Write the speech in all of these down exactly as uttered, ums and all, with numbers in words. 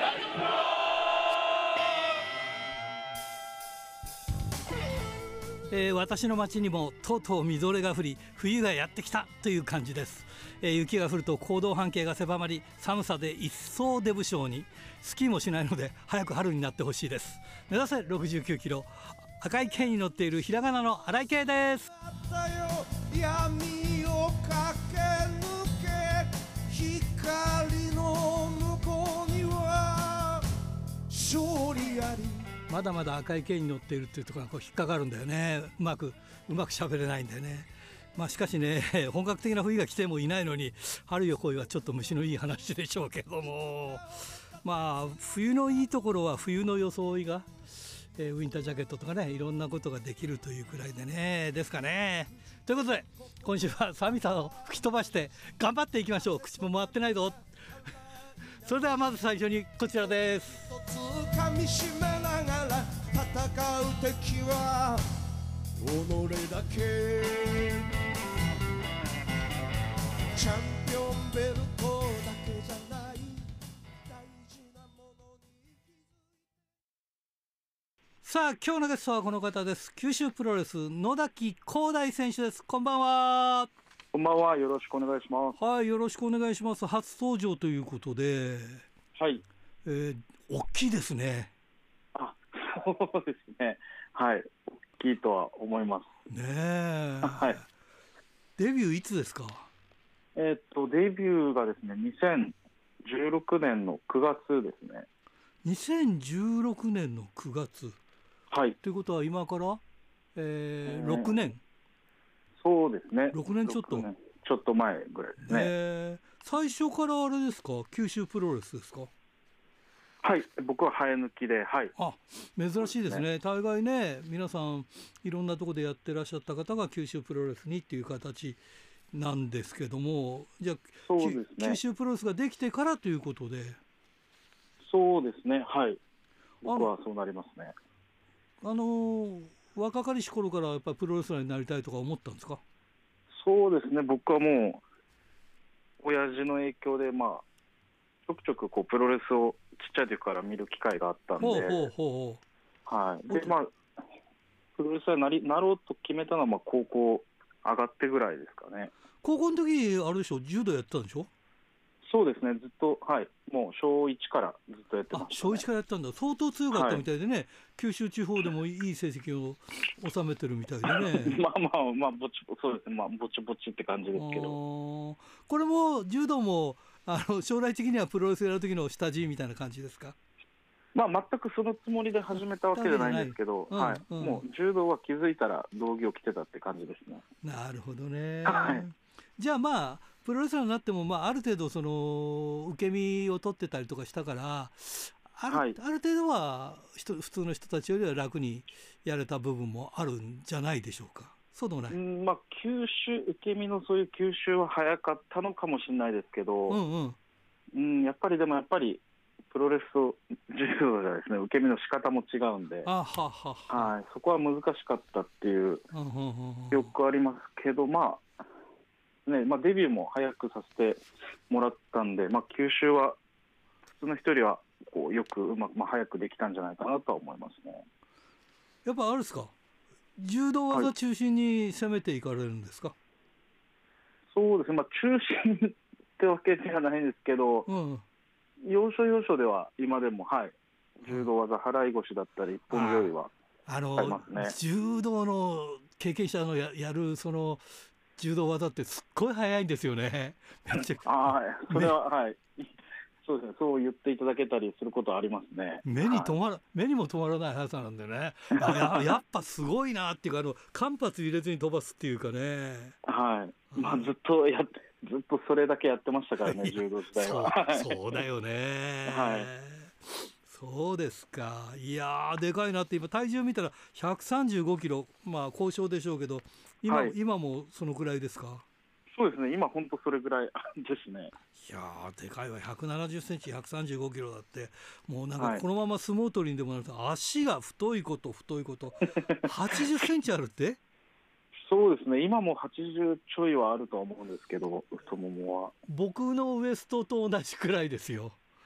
えー、私の町にもとうとうみぞれが降り冬がやってきたという感じです。えー、雪が降ると行動半径が狭まり寒さで一層出不精に。スキーもしないので早く春になってほしいです。目指せろくじゅうきゅうキロ、赤い剣に乗っているひらがなの荒井圭です。闇を駆け抜け光の向こうには勝利あり。まだまだ赤い剣に乗っているっていうところがこう引っかかるんだよね。うまくうまく喋れないんだよね。まあしかしね、本格的な冬が来てもいないのに春よ来いはちょっと虫のいい話でしょうけども、まあ冬のいいところは冬の装いが、えー、ウィンタージャケットとかね、いろんなことができるというくらいでねですかね。ということで今週は寒さを吹き飛ばして頑張っていきましょう。口も回ってないぞ。それではまず最初にこちらです。噛みしめながら戦う敵は己だけ。チャンピオンベルトだけじゃない大事なものに。さあ今日のゲストはこの方です。九州プロレス野崎幸大選手です。こんばんは。 こんばんは、よろしくお願いします。 はい、よろしくお願いします。初登場ということで、 はい、 えー、大きいですね。 あ、そうですね。はい、大きいとは思います。 ねえ。 はい。 デビューいつですか？ えー、っとデビューがですね、にせんじゅうろくねんのくがつですね。 にせんじゅうろくねんのくがつ。 はい。 ということは今から、えー、ろくねん。 そうですね。 ろくねんちょっと。 ちょっと前ぐらいですね。 えー、最初からあれですか？九州プロレスですか？ はい、僕は生え抜きで、はい。 あ、珍しいですね。大概ね、皆さんいろんなところでやってらっしゃった方が九州プロレスにっていう形なんですけども、じゃあそうですね、 九州プロレスができてからということで。 そうですね、はい。僕はそうなりますね。 あの若かりし頃からやっぱりプロレスラーになりたいとか思ったんですか？ そうですね、僕はもう親父の影響で、まあちょくちょくこうプロレスをちっちゃい時から見る機会があったんで、 ほうほうほうほう、はい。で、まあプロレスラーになりなろうと決めたのはまあ高校上がってぐらいですかね。 高校の時あれでしょ、柔道やってたんでしょ？ そうですね、ずっと、はい、もうしょういちからずっとやってましたね。 あ、しょういちからやったんだ。相当強かったみたいでね、はい、九州地方でもいい成績を収めてるみたいでね。 まあまあまあぼちそうですね、まあぼちぼちって感じですけど。 これも柔道もあの将来的にはプロレスやる時の下地みたいな感じですか？ まあ全くそのつもりで始めたわけじゃないんですけど、うん、はい、うん、もう柔道は気づいたら道着を着てたって感じですね。 なるほどね。 はい、 じゃあまあプロレスラーになっても、まあ、ある程度その受け身を取ってたりとかしたからある、はい、ある程度は人普通の人たちよりは楽にやれた部分もあるんじゃないでしょうか。そうでもない？ うん、まあ、吸収受け身のそういう吸収は早かったのかもしれないですけど、うんうんうん、やっぱりでもやっぱりプロレスと柔道じゃですね、受け身の仕方も違うんで、 あははは、 はい、そこは難しかったっていうよくありますけど、まあね、まあ、デビューも早くさせてもらったんで、まあ、吸収は普通の人よりはこうよくうまく、まあ、早くできたんじゃないかなとは思いますね。 やっぱあれですか、柔道技中心に攻めていかれるんですか？はい、 そうですね、まあ、中心ってわけじゃないんですけど、うん、要所要所では今でも、はい、柔道技払い腰だったり一本背負いはありますね。 あの柔道の経験者の や, やるその柔道技ってすっごい速いんですよね。めっちゃあ、それは、ね、はい、そうですね、そう言っていただけたりすることはありますね。 目に止まら、はい、目にも止まらない速さなんでね。や, やっぱすごいなっていうか、あの間髪入れずに飛ばすっていうかね。 はい、まあ、ずっとやってずっとそれだけやってましたからね、柔道時代は。 そう、そうだよね。 はい。 そうですか。いやーでかいなって。今体重見たらひゃくさんじゅうごキロ、まあ交渉でしょうけど今、はい、今もそのくらいですか？ そうですね、今本当それぐらいですね。 いやーでかいわ。ひゃくななじゅっセンチひゃくさんじゅうごキロだって、もうなんかこのまま相撲取りにでもなると、はい、足が太いこと太いことはちじゅっセンチあるって。 そうですね、今もはちじゅうちょいはあるとは思うんですけど、太ももは僕のウエストと同じくらいですよ。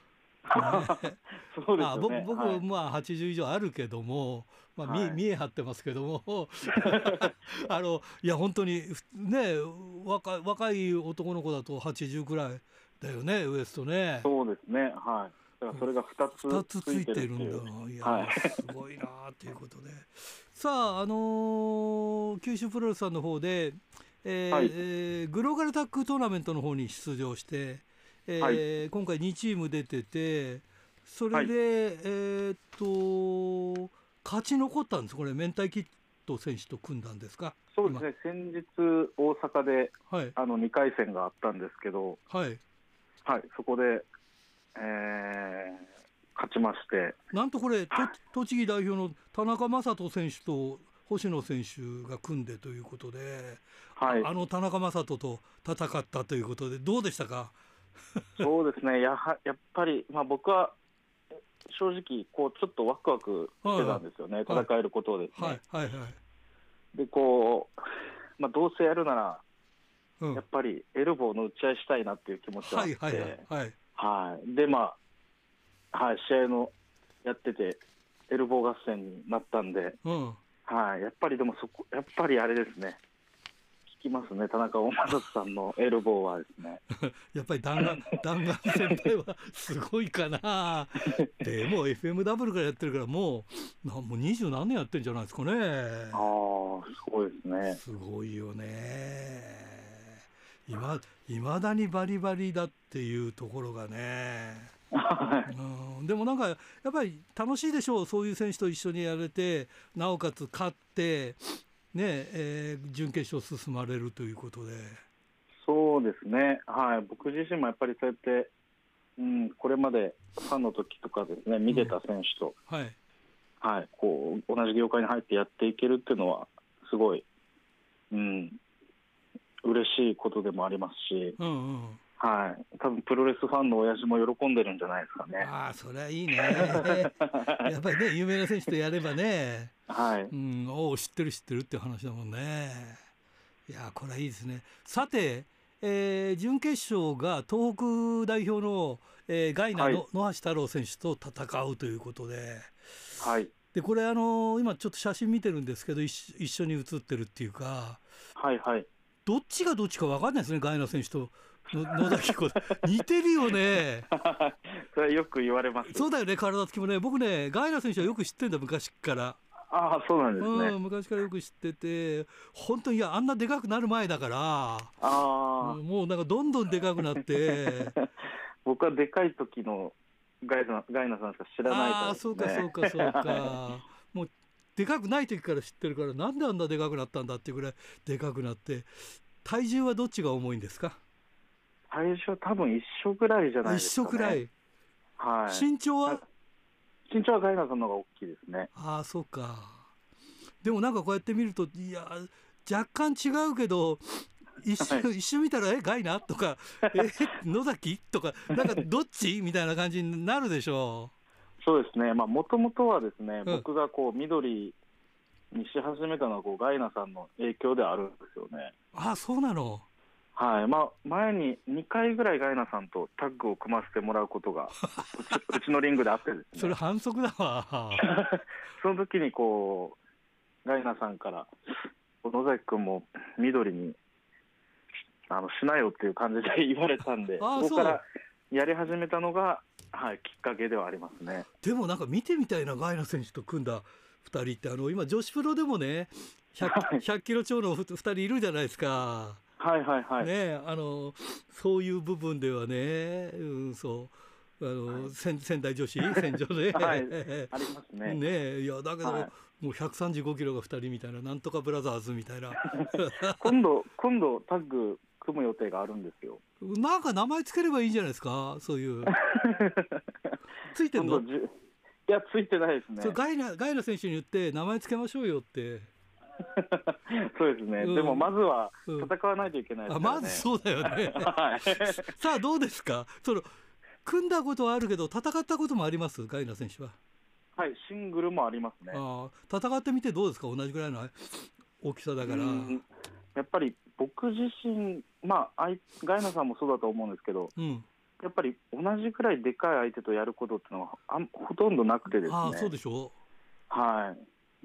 そうですよね。 僕はい、 まあはちじゅう以上あるけども、まあ、見え、 はい、 見え張ってますけどもあのいや本当にね、若い、若い男の子だとはちじゅうくらいだよね、ウエストね。 そうですね。はい。だからそれがふたつふたつついてるんだ。いや、はい、すごいなということでさあ、あのー、九州プロレスさんの方で、えーはい、えー、グローバルタッグトーナメントの方に出場して、えーはい、今回にチーム出てて、それで、はい、えー、っと勝ち残ったんです。これ明太キッド選手と組んだんですか。 そうですね、先日大阪で、はい、あのにかい戦があったんですけど、 はいはい、そこで、えー、勝ちまして、 なんとこれと栃木代表の田中将人選手と星野選手が組んでということで、はい、あ, あの田中将人と戦ったということでどうでしたか。 そうですね、やはやっぱり、まあ、僕は正直こうちょっとワクワクしてたんですよね、はい、戦えることをですね。 はいはいはいはい、 でこう、まあ、どうせやるなら、うん、やっぱりエルボーの打ち合いしたいなっていう気持ちがあって、はいはいはいはい、でまあ、はい、試合のやっててエルボー合戦になったんで、うんはい、やっぱりでもそこやっぱりあれですね、聞きますね、田中将人さんのエルボーはですねやっぱり弾丸弾丸先輩はすごいかなでも エフエムダブリュー からやってるからもうもう二十何年やってるんじゃないですかね。ああ、 すごいですね。 すごいよね。いま未だにバリバリだっていうところがねうん、でもなんかやっぱり楽しいでしょう、そういう選手と一緒にやれて、なおかつ勝ってね、えー、準決勝進まれるということで。 そうですね、はい、僕自身もやっぱりそうやって、うん、これまでファンの時とかですね、見てた選手と、うん、はいはい、こう同じ業界に入ってやっていけるっていうのはすごい、うん、嬉しいことでもありますし、うんうん、はい、多分プロレスファンの親父も喜んでるんじゃないですかね。 ああ、それはいいねやっぱりね、有名な選手とやればね、はい、うん、おお知ってる知ってるっていう話だもんね。いやこれはいいですね。さて、えー、準決勝が東北代表の、えー、ガイナの、はい、野橋太郎選手と戦うということで、はい、でこれあのー、今ちょっと写真見てるんですけど、一, 一緒に写ってるっていうか、はいはい、どっちがどっちか分かんないですね、ガイナ選手と野崎子似てるよねそれはよく言われます。 そうだよね、体つきもね。僕ね、ガイナ選手はよく知ってんだ、昔から。 ああ、そうなんですね、 うん、昔からよく知ってて、本当にいやあんなでかくなる前だから、あ、うん、もうなんかどんどんでかくなって僕はでかい時のガイナ、ガイナさんしか知らないからですね。 ああ、そうかそうかそうかもうでかくない時から知ってるから、なんであんなでかくなったんだっていうぐらいでかくなって。体重はどっちが重いんですか。 体重は多分一緒ぐらいじゃないですかね。 一緒くらい、はい、身長は身長はガイナさんの方が大きいですね。 ああ、そうか。でもなんかこうやって見ると、いや若干違うけど、一瞬、はい、一瞬見たらえガイナとかえ野崎とかなんかどっちみたいな感じになるでしょう。そうですね、まあもともとはですね、うん、僕がこう緑にし始めたのはこうガイナさんの影響であるんですよね。 ああ、そうなの。 はい、まあ、前ににかいぐらいガイナさんとタッグを組ませてもらうことがう ち, うちのリングであってですねそれ反則だわその時にこうガイナさんから野崎君も緑にあのしなよっていう感じで言われたんで、そこからやり始めたのが、はい、きっかけではありますね。 でもなんか見てみたいな、ガイナ選手と組んだふたりって、あの今女子プロでもね ひゃく, ひゃくキロ超のふたりいるじゃないですか。 はいはいはい、 ね、あのそういう部分ではね、うん、そうあの、はい、仙, 仙台女子戦場で、 はい、ありますね。 ね、いやだけど、はい、もうひゃくさんじゅうごキロがふたりみたいな、なんとかブラザーズみたいな今度今度タッグ組む予定があるんですよ。 なんか名前つければいいんじゃないですか、そういうついてんの。いや、ついてないですね。 そう、ガイナ、ガイナ選手に言って名前つけましょうよってそうですね、うん、でもまずは戦わないといけないですからね、 うん、あまずそうだよね、はい、さあどうですか、その組んだことはあるけど戦ったこともあります、ガイナ選手は。 はい、シングルもありますね。 あ、戦ってみてどうですか、同じぐらいの大きさだから。 やっぱり僕自身、まあ、ガイナさんもそうだと思うんですけど、うん、 やっぱり同じくらいでかい相手とやることっていうのはあんほとんどなくてですね。 ああ、そうでしょう。はい。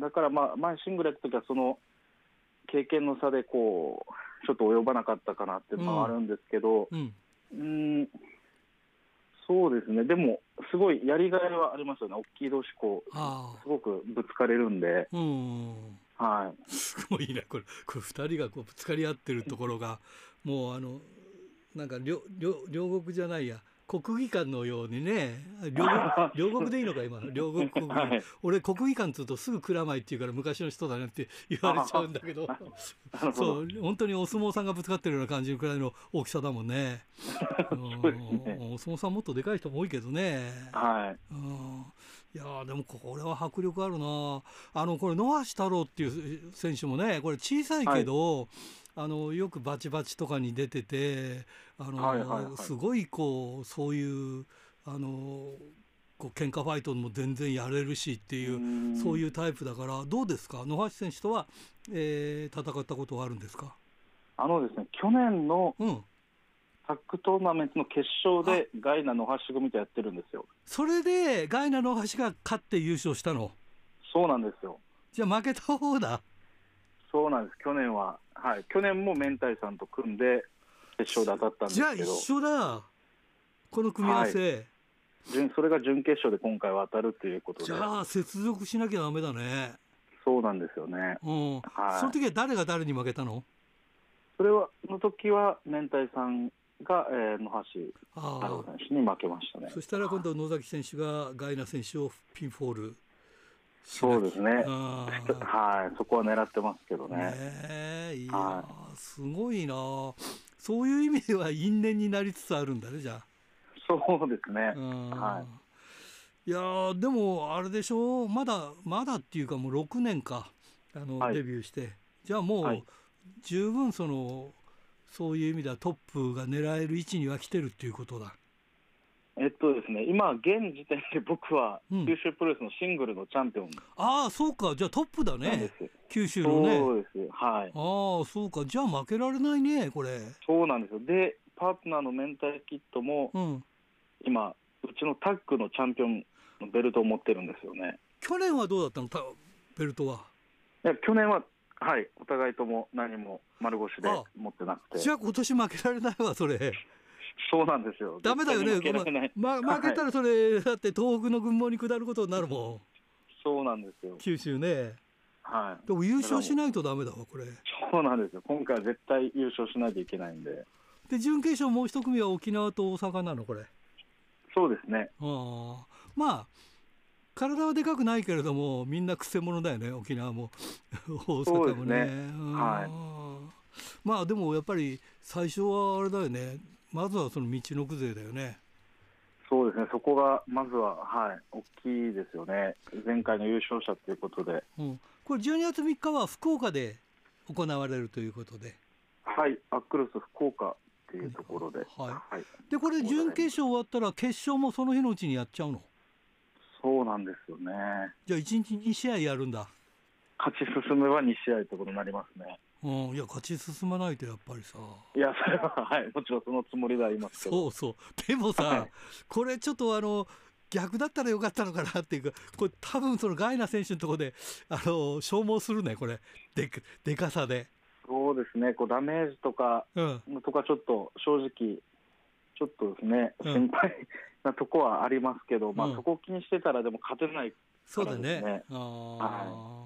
だからまあ前シングルやった時はその経験の差でこうちょっと及ばなかったかなっていうのはあるんですけど、うん、うーんそうですね。でもすごいやりがいはありますよね。大きい同士こうすごくぶつかれるんで。うん、はい。 すごいねこれ。これふたりがこうぶつかり合ってるところがもうあのなんか 両, 両, 両国じゃないや国技館のようにね。両 国, 両国でいいのか今両国国技館、はい、俺国技館っつうとすぐ蔵前っていうから昔の人だねって言われちゃうんだけどそう本当にお相撲さんがぶつかってるような感じくらいの大きさだもんね。そうですね。お相撲さんもっとでかい人も多いけどね。はい。うん、いやでもこれは迫力あるな。あのこれ野橋太郎っていう選手もねこれ小さいけど、はい、あのよくバチバチとかに出ててあの、はいはいはい、すごいこうそういうあのこう喧嘩ファイトも全然やれるしっていうそういうタイプだからどうですか野橋選手とは、えー、戦ったことはあるんですか？ あのですね去年の、うんタッグトーナメントの決勝でガイナ野橋組とやってるんですよ。 それでガイナ野橋が勝って優勝したの？ そうなんですよ。 じゃあ負けた方だ。 そうなんです。去年は、はい、去年も明太さんと組んで決勝で当たったんですけど。 じゃあ一緒だこの組み合わせ、はい、 それが準決勝で今回は当たるということで。 じゃあ接続しなきゃダメだね。 そうなんですよね、 うんはい、その時は誰が誰に負けたの？ それはの時は明太さんが、えー、野橋太郎選手に負けましたね。 そしたら今度野崎選手がガイナ選手をピンフォール。 そうですね。はい、そこは狙ってますけどね。 ねいや、はい、すごいな。そういう意味では因縁になりつつあるんだねじゃあ。 そうですね。はい。いやでもあれでしょうまだまだっていうかもうろくねんかあの、はい、デビューしてじゃあもう、はい、十分そのそういう意味ではトップが狙える位置には来てるっていうことだ。 えっとですね、今現時点で僕は九州プロレスのシングルのチャンピオン、うん、 ああそうかじゃあトップだね九州のね。 そうですはい。 ああそうかじゃあ負けられないねこれ。 そうなんですよ。でパートナーの明太キッドも、うん、今うちのタッグのチャンピオンのベルトを持ってるんですよね。 去年はどうだったのベルトは？ いや去年ははいお互いとも何も丸腰で持ってなくて。 じゃあ今年負けられないわそれ。 そうなんですよ。 ダメだよね。負け、まま、負けたらそれ、はい、だって東北の軍門に下ることになるもん。 そうなんですよ。 九州ね。 はい。 でも優勝しないとダメだわこれ。 そうなんですよ。今回は絶対優勝しないといけないんで。 で準決勝もう一組は沖縄と大阪なのこれ。 そうですね。 ああまあ体はでかくないけれどもみんなくせ者だよね沖縄も大阪もね。ねはい。まあでもやっぱり最初はあれだよね。まずはその道のく勢だよね。 そうですね。そこがまずははい大きいですよね。前回の優勝者ということで、 うん、これじゅうにがつみっかは福岡で行われるということで、 はいアックロス福岡っていうところで、 はいはい、でこれ準決勝終わったら決勝もその日のうちにやっちゃうの？ そうなんですよね。 じゃあいちにちに試合やるんだ。 勝ち進めばに試合ということになりますね。 うん、いや勝ち進まないとやっぱりさ。 いやそれははいもちろんそのつもりでありますけど。 そうそうでもさ、はい、これちょっとあの逆だったらよかったのかなっていうかこれ多分そのガイナ選手のところであの消耗するねこれ で, でかさで。 そうですねこうダメージとか、うん、とかちょっと正直ちょっとですね、うん、心配なとこはありますけど、うん、まあそこを気にしてたらでも勝てないからですね。そうだね。あ、 はい、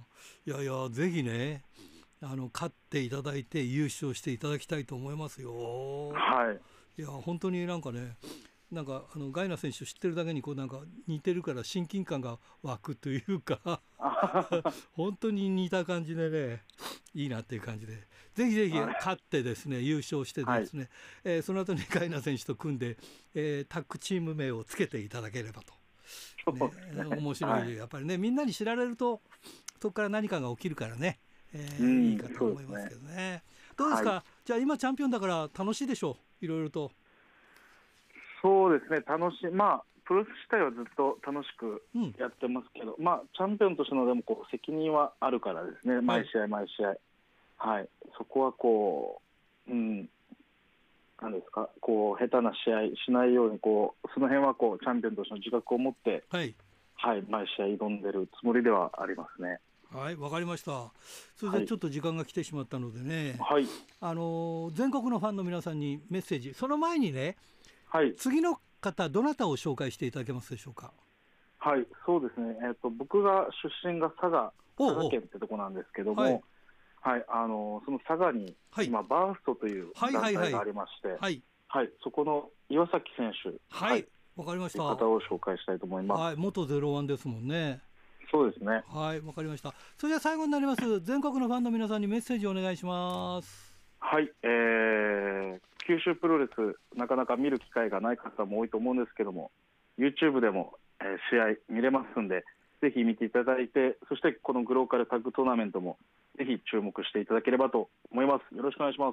いやいやぜひねあの勝っていただいて優勝していただきたいと思いますよ。 はい。 いや本当になんかねなんかあのガイナ選手知ってるだけにこうなんか似てるから親近感が湧くというか本当に似た感じでねいいなっていう感じでぜひぜひ勝ってですね優勝してですね、はいえー、その後にガイナ選手と組んで、えー、タッグチーム名をつけていただければと、ねね、面白い、はい、やっぱりねみんなに知られるとそこから何かが起きるからね、えーうん、いいかと思いますけどね。ねどうですか、はい、じゃあ今チャンピオンだから楽しいでしょういろいろと。 そうですね楽しいまあプロレス自体はずっと楽しくやってますけど、うん、まあチャンピオンとしてのでもこう責任はあるからですね毎試合毎試合、はい、そこはこう、うん、 なんですか、こう下手な試合しないようにこうその辺はこうチャンピオンとしての自覚を持って、 はいはい、毎試合挑んでるつもりではありますね。 はい、わかりました。それでちょっと時間が来てしまったのでね、 はい、 あの全国のファンの皆さんにメッセージ、その前にね、 はい、 次の方どなたを紹介していただけますでしょうか。 はい、そうですね、えー、と僕が出身が佐賀、 おうおう佐賀県ってとこなんですけども、 はいはい、あのその佐賀にはい今、バーストという団はいはいはい体がありまして、 はいはい、そこの岩崎選手、 はい、わかりました。 という方を紹介したいと思います。 はい、元ゼロワンですもんね。 そうですね。 はい、わかりました。それでは最後になります。全国のファンの皆さんにメッセージをお願いします。 はい、えー、九州プロレス、なかなか見る機会がない方も多いと思うんですけども、YouTube でも、えー試合見れますんで、ぜひ見ていただいて、そしてこのグローカルタッグトーナメントもぜひ注目していただければと思います。よろしくお願いします。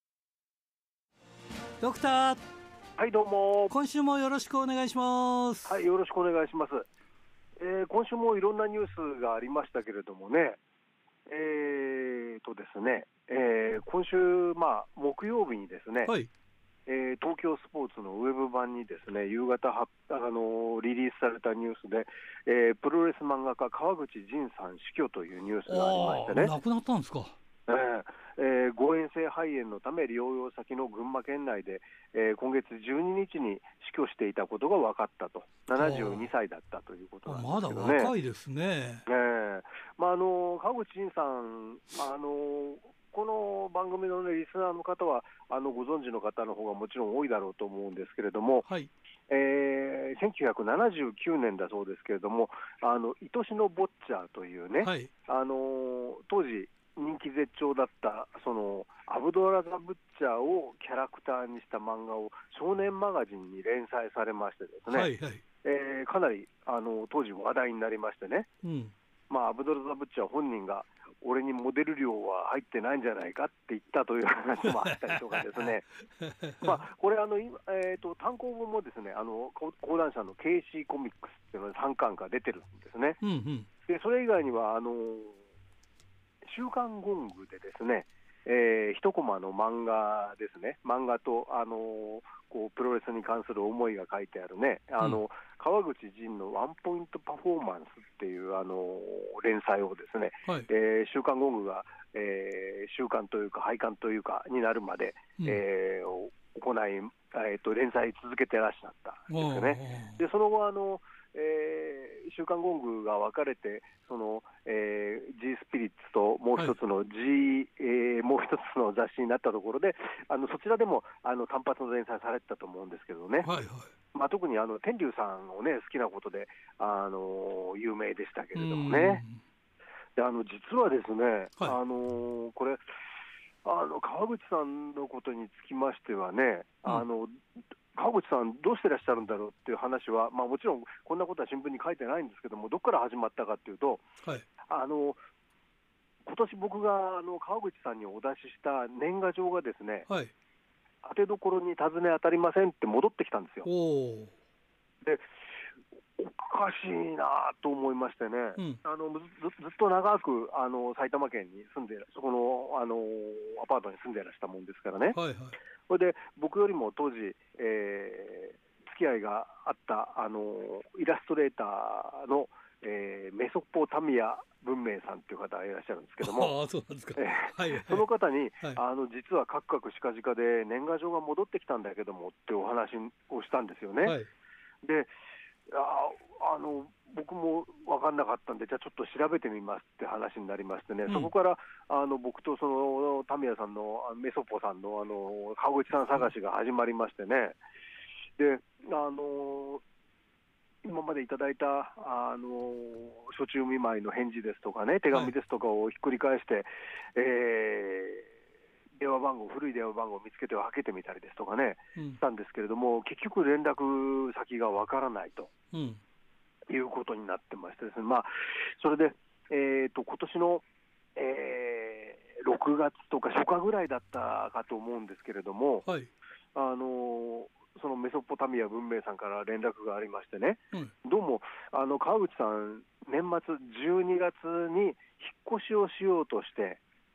ドクター、 はい、どうも。 今週もよろしくお願いします。 はい、よろしくお願いします。えー今週もいろんなニュースがありましたけれどもね、えーとですね、えー今週、まあ、木曜日にですね、 はいえー東京スポーツのウェブ版にですね、夕方はあのーリリースされたニュースで、えープロレス漫画家川口仁さん死去というニュースがありましてね、 亡くなったんですか。 えーえー誤嚥性肺炎のため療養先の群馬県内で、えー今月じゅうににちに死去していたことが分かったと。ななじゅうにさいだったということなんですまだけどね。 若いですね。 えーまあ、あの川口仁さん、あのこの番組の、ね、リスナーの方はあのご存知の方の方がもちろん多いだろうと思うんですけれども、 はいえーせんきゅうひゃくななじゅうきゅうねんだそうですけれども、あの愛しのボッチャーというね、 はいあの当時人気絶頂だったそのアブドラザ・ブッチャーをキャラクターにした漫画を少年マガジンに連載されましてですね、 はいはい、 えーかなりあの当時話題になりましてね、 うんまあ、アブドラザ・ブッチャー本人が俺にモデル料は入ってないんじゃないかって言ったという話もあったりとかですねまあこれあの、今えー、と単行本もですね、あの講講談社の ケーシー コミックスっていうのでさんかんが出てるんですね。 うんうんでそれ以外にはあの週刊ゴングでですね、えー、一コマの漫画ですね、漫画と、あのーこうプロレスに関する思いが書いてあるね、あの、うん、川口仁のワンポイントパフォーマンスっていう、あのー、連載をですね、はい、えー、週刊ゴングが、えー、週刊というか廃刊というかになるまで、うん、えー、行い、えーと、連載続けてらっしゃったんですよね。でその後あのえー、週刊ゴングが分かれてその、えー、G スピリッツともう一つの G、はいえー、もう一つの雑誌になったところで、あのそちらでもあの単発の連載されてたと思うんですけどね、はいはいまあ、特にあの天竜さんを、ね、好きなことで、あのー、有名でしたけれどもね。であの実はですね、はい、あのー、これあの川口さんのことにつきましてはね、うん、あの川口さんどうしてらっしゃるんだろうっていう話は、まあ、もちろんこんなことは新聞に書いてないんですけども、どこから始まったかっていうと、はい、あの今年僕があの川口さんにお出しした年賀状がですね、はい、当てどころに尋ね当たりませんって戻ってきたんですよ。おでおかしいなと思いましてね、うん、あの ず, ずっと長くあの埼玉県に住んでそこの、あのアパートに住んでいらしたもんですからね、はいはい、それで僕よりも当時、えー、付き合いがあったあのイラストレーターの、えー、メソポタミア文明さんという方がいらっしゃるんですけども、 あそうなんですか、 えーはいはい、その方に、はい、あの実はカクカクしかじかで年賀状が戻ってきたんだけどもってお話をしたんですよね。はい、でああの僕も分かんなかったんで、じゃあちょっと調べてみますって話になりましてね、うん、そこからあの僕とそのタミヤさんのメソポさんの、あの川口さん探しが始まりましてね、であの今までいただいたあの初中見舞いの返事ですとかね、手紙ですとかをひっくり返して、はいえー電話番号古い電話番号を見つけてはけてみたりですとかね、うん、したんですけれども、結局連絡先がわからないと、うん、いうことになってましてですね、まあ、それで、えー、と今年の、えー、ろくがつとか初夏ぐらいだったかと思うんですけれども、はい、あのそのメソポタミア文明さんから連絡がありましてね、うん、どうもあの川口さん年末じゅうにがつに引っ越しをしようとして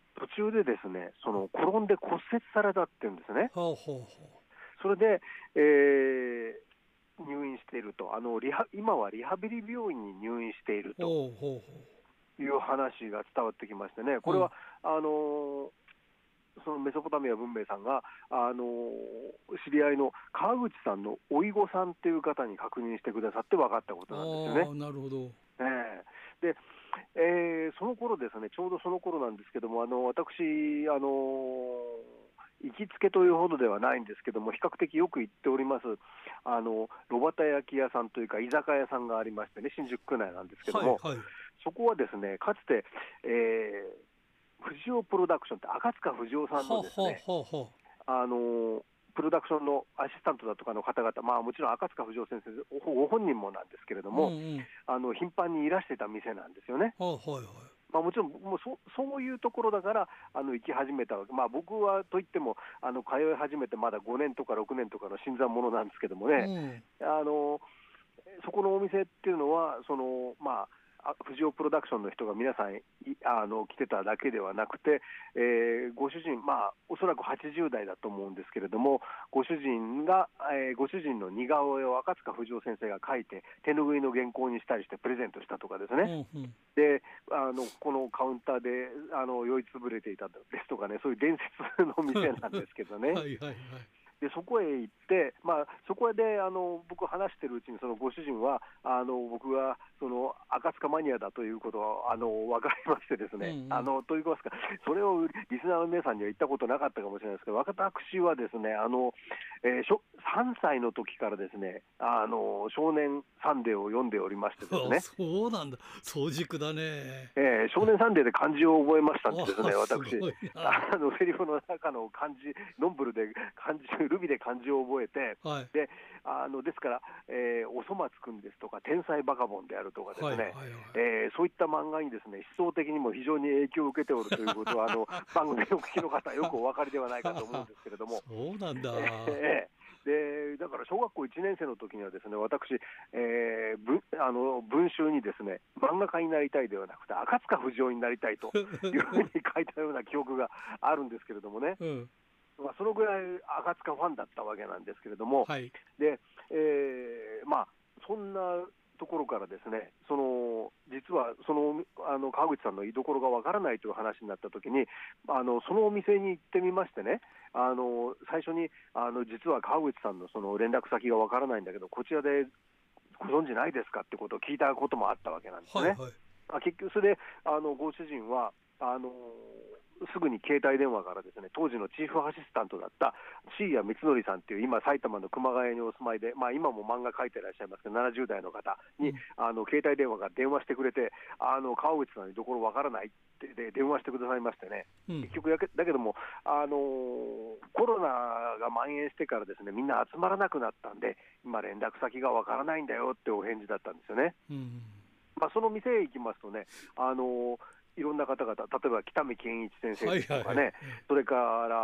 途中でですね、その転んで骨折されたっていうんですね。 ほうほうほう。 それで、えー入院していると、あのリハ今はリハビリ病院に入院しているとほうほうほいう話が伝わってきましてね、これは、あのそのメソポタミア文明さんが、あの知り合いの川口さんのおいごさんっていう方に確認してくださって分かったことなんですよね。 ああ、なるほど。 えーでえーその頃ですね、ちょうどその頃なんですけども、あの私、あの行きつけというほどではないんですけども、比較的よく行っております、あの炉端焼き屋さんというか、居酒屋さんがありましてね、新宿区内なんですけども、 はいはい、 そこはですね、かつて、えー、藤尾プロダクションって、赤塚不二夫さんのですね、 ほうほうほあのプロダクションのアシスタントだとかの方々、まあ、もちろん赤塚不二夫先生ご本人もなんですけれども、 うんうん、 あの頻繁にいらしてた店なんですよね。 ほうほうほう。 まあ、もちろんもう そ, そういうところだからあの行き始めたわけ、まあ、僕はといってもあの通い始めてまだごねんとかろくねんとかの新参者なんですけどもね、うん、あのそこのお店っていうのはその、まあ、フジオプロダクションの人が皆さんあの来てただけではなくて、えー、ご主人、まあ、おそらくはちじゅう代だと思うんですけれども、ご主人が、えー、ご主人の似顔絵を赤塚不二夫先生が描いて手拭いの原稿にしたりしてプレゼントしたとかですね、うんうん、であのこのカウンターであの酔いつぶれていたですとかね、そういう伝説の店なんですけどね。はいはいはい、でそこへ行って、まあ、そこであの僕話してるうちにそのご主人はあの僕がその赤塚マニアだということはあの分かりましてですね、うんうん、あのといいますか、それをリスナーの皆さんには言ったことなかったかもしれないですけど、私はですねあの、えー、さんさいの時からですねあの少年サンデーを読んでおりましてですね。 そうなんだ、早熟だね。 えー、少年サンデーで漢字を覚えましたんですね、私あのセリフの中の漢字ノンブルで漢字ルビで漢字を覚えて、はい、であのですから、えー、おそ松くんですとか天才バカボンであるとかですね、はいはいはい、えー、そういった漫画にですね思想的にも非常に影響を受けておるということはあの番組をお聞きの方はよくお分かりではないかと思うんですけれどもそうなんだ、 えーでだから小学校いちねん生の時にはですね私、えー、ぶあの文集にですね漫画家になりたいではなくて赤塚不二夫になりたいというふうに書いたような記憶があるんですけれどもね、うん、まあ、そのぐらい赤塚ファンだったわけなんですけれども、はい、で、えー、まあそんなところからですね、その実はそのあの川口さんの居所がわからないという話になったときに、あのそのお店に行ってみましてね、あの最初にあの実は川口さんのその連絡先がわからないんだけど、こちらでご存知ないですかってことを聞いたこともあったわけなんですね。はいはい、あ結局それであのご主人はあのすぐに携帯電話からですね当時のチーフアシスタントだった椎谷光則さんという今埼玉の熊谷にお住まいで、まあ、今も漫画描いていらっしゃいますけどななじゅう代の方に、うん、あの携帯電話が電話してくれて、あの川口さんにどころわからないってで電話してくださいましてね、うん、結局やけだけども、あのー、コロナが蔓延してからですねみんな集まらなくなったんで今連絡先がわからないんだよってお返事だったんですよね。うん、まあ、その店へ行きますとね、あのーいろんな方々、例えば北見健一先生ですとかね、はいはいはい、それから、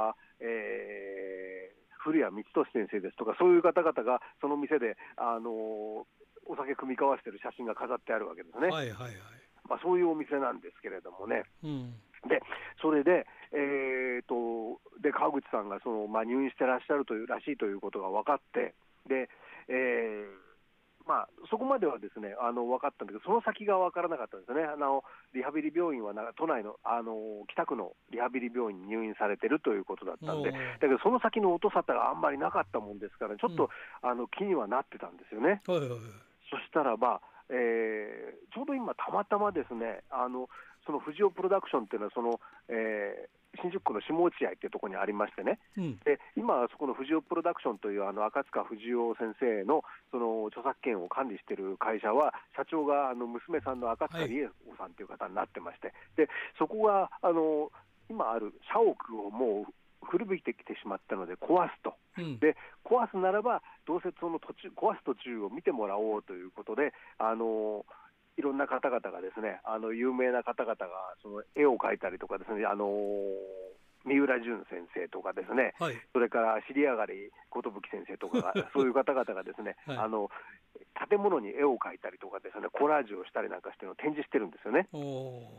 えー、古谷光俊先生ですとか、そういう方々がその店で、あのー、お酒酌み交わしている写真が飾ってあるわけですね。はいはいはい、まあ、そういうお店なんですけれどもね、うん、でそれで、えー、とで川口さんがその、まあ、入院してらっしゃるというらしいということが分かって、で、えーまあ、そこまではですねあの分かったんだけど、その先が分からなかったんですよね。あのリハビリ病院はな都内の、あの北区のリハビリ病院に入院されてるということだったんで、だけどその先の音沙汰があんまりなかったもんですから、ちょっと、うん、あの気にはなってたんですよね。はいはいはい、そしたらば、えー、ちょうど今たまたまですねあのその藤尾プロダクションっていうのはその、えー新宿区の下落合っていうところにありましてね、うん、で今そこの藤尾プロダクションというあの赤塚不二夫先生のその著作権を管理している会社は社長があの娘さんの赤塚理恵子さんという方になってまして、はい、でそこがあの今ある社屋をもう古びてきてしまったので壊すと、うん、で壊すならばどうせその途中壊す途中を見てもらおうということで、あのいろんな方々がですね、あの有名な方々がその絵を描いたりとかですね、あの三浦淳先生とかですね、はい、それから尻上がり寿先生とかがそういう方々がですね、はい、あの建物に絵を描いたりとかですね、コラージュをしたりなんかしての展示してるんですよね。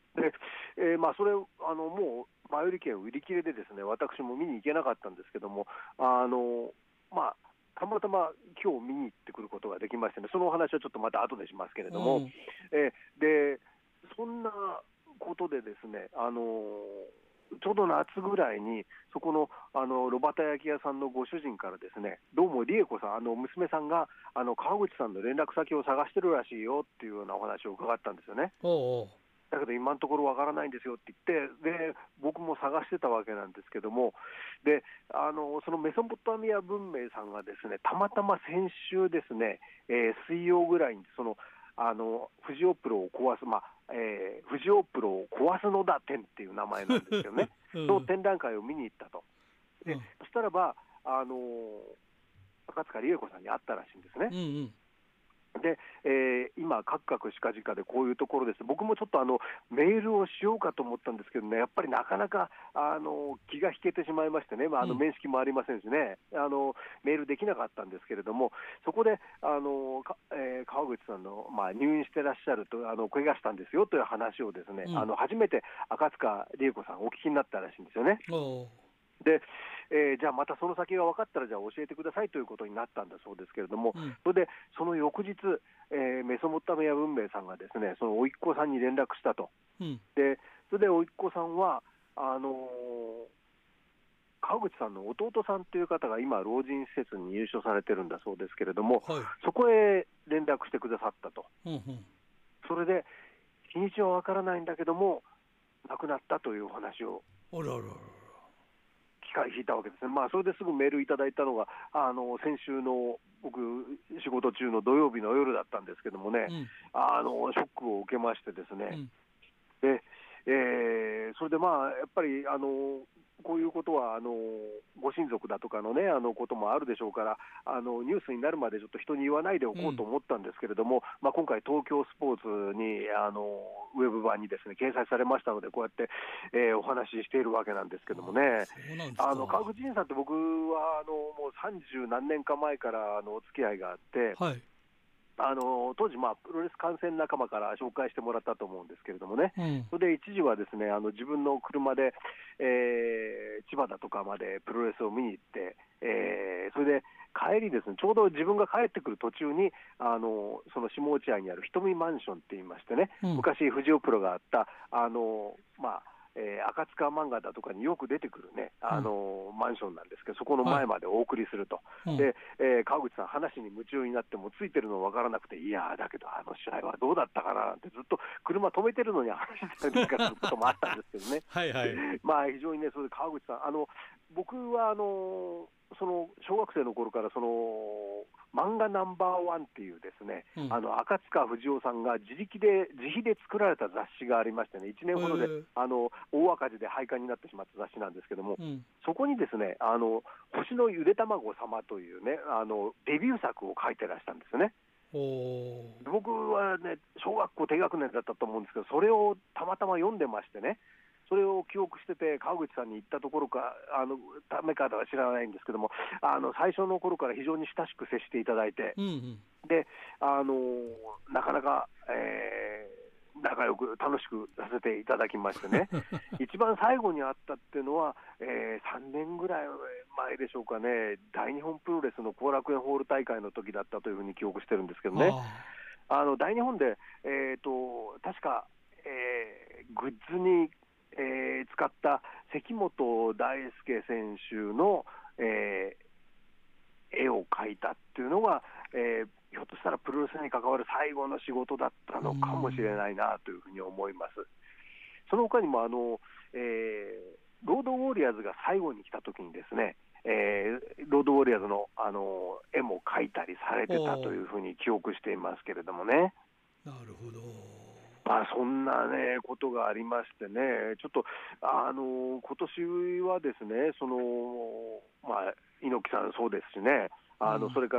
で、えーまあ、それあのもう前売り券売り切れでですね、私も見に行けなかったんですけども、あの、まあ、たまたま今日見に行ってくることができましてね、そのお話はちょっとまた後でしますけれども、 うん、 えーでそんなことでですね、あのちょうど夏ぐらいにそこのあの炉端焼き屋さんのご主人からですね、どうも理恵子さん、あの娘さんがあの川口さんの連絡先を探してるらしいよっていうようなお話を伺ったんですよね。 おうおう、 だけど今のところわからないんですよって言って、で僕も探してたわけなんですけども、であのそのメソポタミア文明さんがですね、たまたま先週ですね、えー水曜ぐらいにそのあのフジオプロを壊す、まあえーフジオプロを壊すのだ展っていう名前なんですよね。 うん、 の展覧会を見に行ったと。で、 うん、 そしたらばあの赤塚理恵子さんに会ったらしいんですね。 うんうん、 で、えー今、カクカクしかじかでこういうところです。僕もちょっとあのメールをしようかと思ったんですけどね、やっぱりなかなかあの気が引けてしまいましてね、まあ、あのうん面識もありませんしね、あのメールできなかったんですけれども、そこであの、かえー川口さんの、まあ、入院してらっしゃると、あの怪我したんですよという話をですね、 うん、 あの初めて赤塚理恵子さん、お聞きになったらしいんですよね。 おう、 で、えーじゃあまたその先が分かったらじゃあ教えてくださいということになったんだそうですけれども、 うん、 それでその翌日、えーメソポタミア文明さんがですね、その甥っ子さんに連絡したと。 うん、 でそれで甥っ子さんはあのー川口さんの弟さんという方が今老人施設に入所されてるんだそうですけれども、 はい、 そこへ連絡してくださったと。 うんうん、 それで日にちは分からないんだけども亡くなったというお話をあらららら、 機械引いたわけですね。まあ、それですぐメールいただいたのがあの先週の僕仕事中の土曜日の夜だったんですけどもね、 うん、 あのショックを受けましてですね、 うん、 でえーそれでまあやっぱりあのこういうことはあのご親族だとかのねあのこともあるでしょうから、あのニュースになるまでちょっと人に言わないでおこうと思ったんですけれども、うんまあ、今回東京スポーツにあのウェブ版にですね掲載されましたので、こうやって、えーお話ししているわけなんですけどもね。 そうなんですか。 あの川口仁さんって僕はあのもうさんじゅうなんねんか前からあのお付き合いがあって、 はい、 あの当時、まあ、プロレス観戦仲間から紹介してもらったと思うんですけれどもね、 うん、 それで一時はですねあの自分の車で、えー千葉だとかまでプロレスを見に行って、えーそれで帰りですね、ちょうど自分が帰ってくる途中にあのその下落合にある瞳マンションって言いましてね、 うん、 昔フジオプロがあったあの、まあえー赤塚漫画だとかによく出てくるねあの、うん、マンションなんですけど、そこの前までお送りすると、はい、でえー、川口さん話に夢中になってもついてるの分からなくて、いやだけどあの試合はどうだったかなってずっと車止めてるのに話してたりすることもあったんですけどねはい、はい、 まあ非常にね、それで川口さんあの僕はあのその小学生の頃からその漫画ナンバーワンっていうですね、うん、あの赤塚不二夫さんが自力で自費で作られた雑誌がありましてね、いちねんほどで、えー、あの大赤字で廃刊になってしまった雑誌なんですけども、うん、そこにですねあの星のゆで卵様というねあのデビュー作を書いてらしたんですね。 お僕はね小学校低学年だったと思うんですけど、それをたまたま読んでましてね、それを記憶してて川口さんに言ったところかあのためかは知らないんですけども、あの最初の頃から非常に親しく接していただいて、 うんうん、 であのなかなか、えー、仲良く楽しくさせていただきましてね一番最後に会ったっていうのは、えー、さんねんぐらい前でしょうかね、大日本プロレスの後楽園ホール大会の時だったというふうに記憶してるんですけどね、あの大日本で、えー、と確か、えー、グッズにえー、使った関本大輔選手の、えー、絵を描いたっていうのが、えー、ひょっとしたらプロレスに関わる最後の仕事だったのかもしれないなというふうに思います。その他にもあの、えー、ロードウォリアーズが最後に来た時にですね、えー、ロードウォリアーズの、あの絵も描いたりされてたというふうに記憶していますけれどもね。 なるほど。 まあ、そんな、ね、ことがありましてね、ちょっとあの今年はですね、そのまあ、猪木さんそうですしね、あの、うん、それから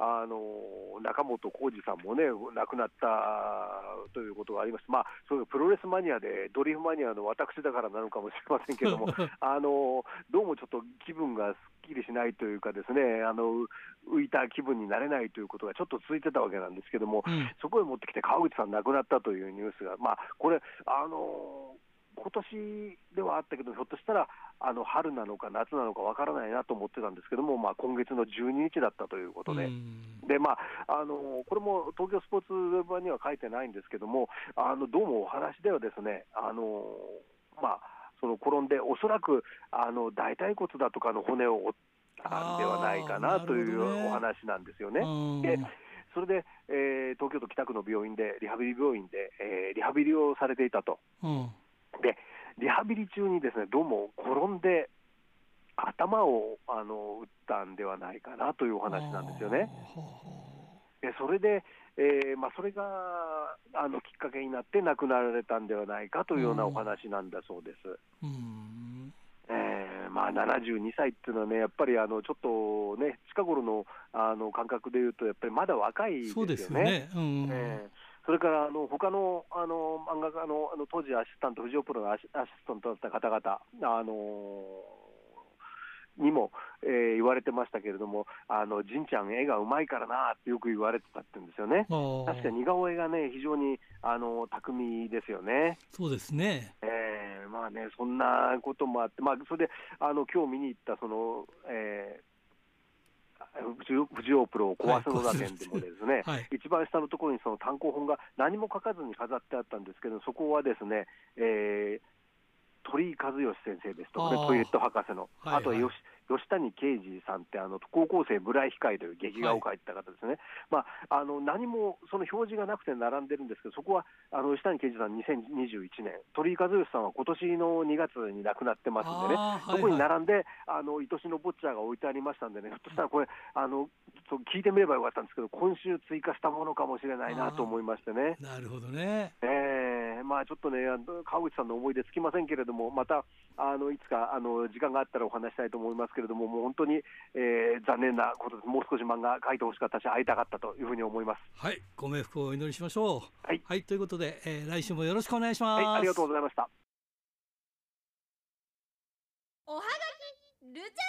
あの中本浩二さんもね亡くなったということがあります。まあそういうプロレスマニアでドリフマニアの私だからなのかもしれませんけれどもあのどうもちょっと気分がすっきりしないというかですね、あの浮いた気分になれないということがちょっと続いてたわけなんですけども、うん、そこへ持ってきて川口さん亡くなったというニュースが、まあこれあの今年ではあったけど、ひょっとしたらあの春なのか夏なのかわからないなと思ってたんですけども、まあ、今月のじゅうににちだったということで、で、まあ、あのこれも東京スポーツウェブ版には書いてないんですけども、あのどうもお話ではですね、あの、まあ、その転んでおそらくあの大腿骨だとかの骨を折ったんではないかなというお話なんですよね。でそれで、えー、東京都北区の病院でリハビリ病院で、えー、リハビリをされていたと。うんでリハビリ中にですね、どうも転んで頭をあの打ったんではないかなというお話なんですよね。でそれで、えーまあ、それがあのきっかけになって亡くなられたんではないかというようなお話なんだそうです。うんえーまあ、ななじゅうにさいっていうのはね、やっぱりあのちょっとね近頃のあの感覚でいうとやっぱりまだ若いですよね。そうですよね。うんえーそれからあの他のあの漫画家の、あの当時アシスタント、藤尾プロのアシアシスタントだった方々あのにも、えー、言われてましたけれども、あのじんちゃん絵がうまいからなってよく言われてたって言うんですよね。確かに似顔絵がね非常にあの巧みですよね。 そうですね。 えー、まあねそんなこともあって、まあ、それであの今日見に行ったその、えー藤尾プロを壊すのだ点でもですね、はい、一番下のところにその単行本が何も書かずに飾ってあったんですけど、そこはですね、えー、鳥居和義先生ですとかね、トイレット博士の、はいはい、あとは吉吉谷啓二さんってあの高校生ブライ控えという劇画を描いてた方ですね、はいまあ、あの何もその表示がなくて並んでるんですけど、そこはあの吉谷啓二さんにせんにじゅういちねん、鳥居和義さんは今年のにがつに亡くなってますんでね、そこに並んであの愛しのボッチャーが置いてありましたんでね、ひょっとしたらこれあの聞いてみればよかったんですけど、今週追加したものかもしれないなと思いましてね。 なるほどね。 えー、まあちょっとね川口さんの思い出つきませんけれども、またあのいつかあの時間があったらお話したいと思いますけれども、もう本当に、えー、残念なことです。もう少し漫画描いてほしかったし会いたかったというふうに思います。 はい、ご冥福をお祈りしましょう。 はい、 はい、ということで、えー、来週もよろしくお願いします。 はい、ありがとうございました。 おはがきルチャリブレ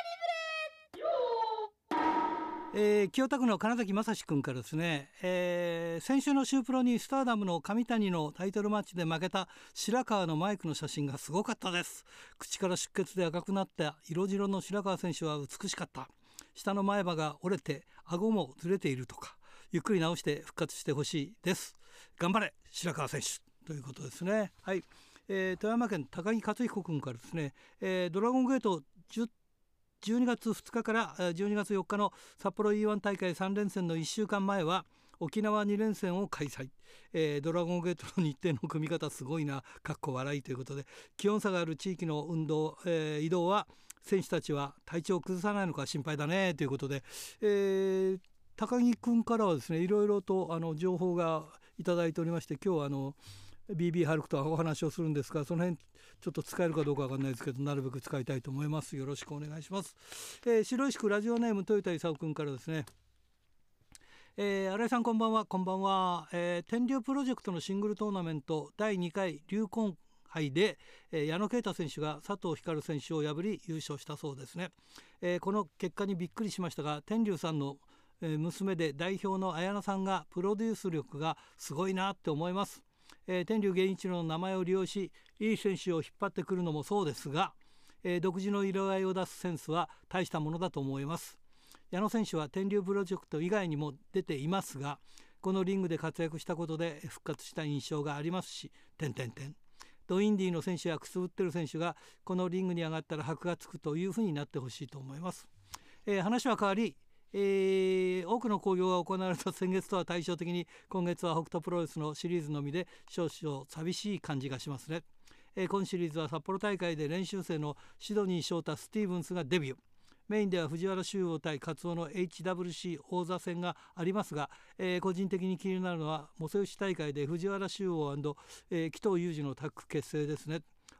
えー、清田区の金崎正史君からですね、えー、先週のシュープロにスターダムの上谷のタイトルマッチで負けた白川のマイクの写真がすごかったです。口から出血で赤くなった色白の白川選手は美しかった。下の前歯が折れて顎もずれているとか、ゆっくり治して復活してほしいです。頑張れ白川選手ということですね。はい、えー、富山県高木克彦君からですね、えー、ドラゴンゲートじゅうじゅうにがつふつかからじゅうにがつよっかの札幌 イーワン 大会さん連戦のいっしゅうかんまえは沖縄に連戦を開催、えー、ドラゴンゲートの日程の組み方すごいなかっこ笑いということで、気温差がある地域の運動、えー、移動は選手たちは体調を崩さないのか心配だねということで、えー、高木君からはですねいろいろとあの情報がいただいておりまして、今日はあのビービー ハルクとはお話をするんですが、その辺ちょっと使えるかどうかわかんないですけど、なるべく使いたいと思います。よろしくお願いします。えー、白石区ラジオネーム豊田勲君からですね、えー、新井さんこんばんは。こんばんは、えー、天竜プロジェクトのシングルトーナメントだいにかい竜魂杯で、えー、矢野啓太選手が佐藤光選手を破り優勝したそうですね。えー、この結果にびっくりしましたが、天竜さんの娘で代表の綾菜さんがプロデュース力がすごいなって思います。えー、天竜源一郎の名前を利用しいい選手を引っ張ってくるのもそうですが、えー、独自の色合いを出すセンスは大したものだと思います。矢野選手は天竜プロジェクト以外にも出ていますが、このリングで活躍したことで復活した印象がありますし、点々点ドインディの選手やくすぶってる選手がこのリングに上がったら箔がつくというふうになってほしいと思います。えー、話は変わり、えー、多くの興行が行われた先月とは対照的に今月は北斗プロレスのシリーズのみで少々寂しい感じがしますね。えー、今シリーズは札幌大会で練習生のシドニー翔太・スティーブンスがデビュー。メインでは藤原修王対カツオの エイチダブリューシー 王座戦がありますが、えー、個人的に気になるのは茂勢牛大会で藤原修王&、えー、紀藤裕二のタッグ結成ですね。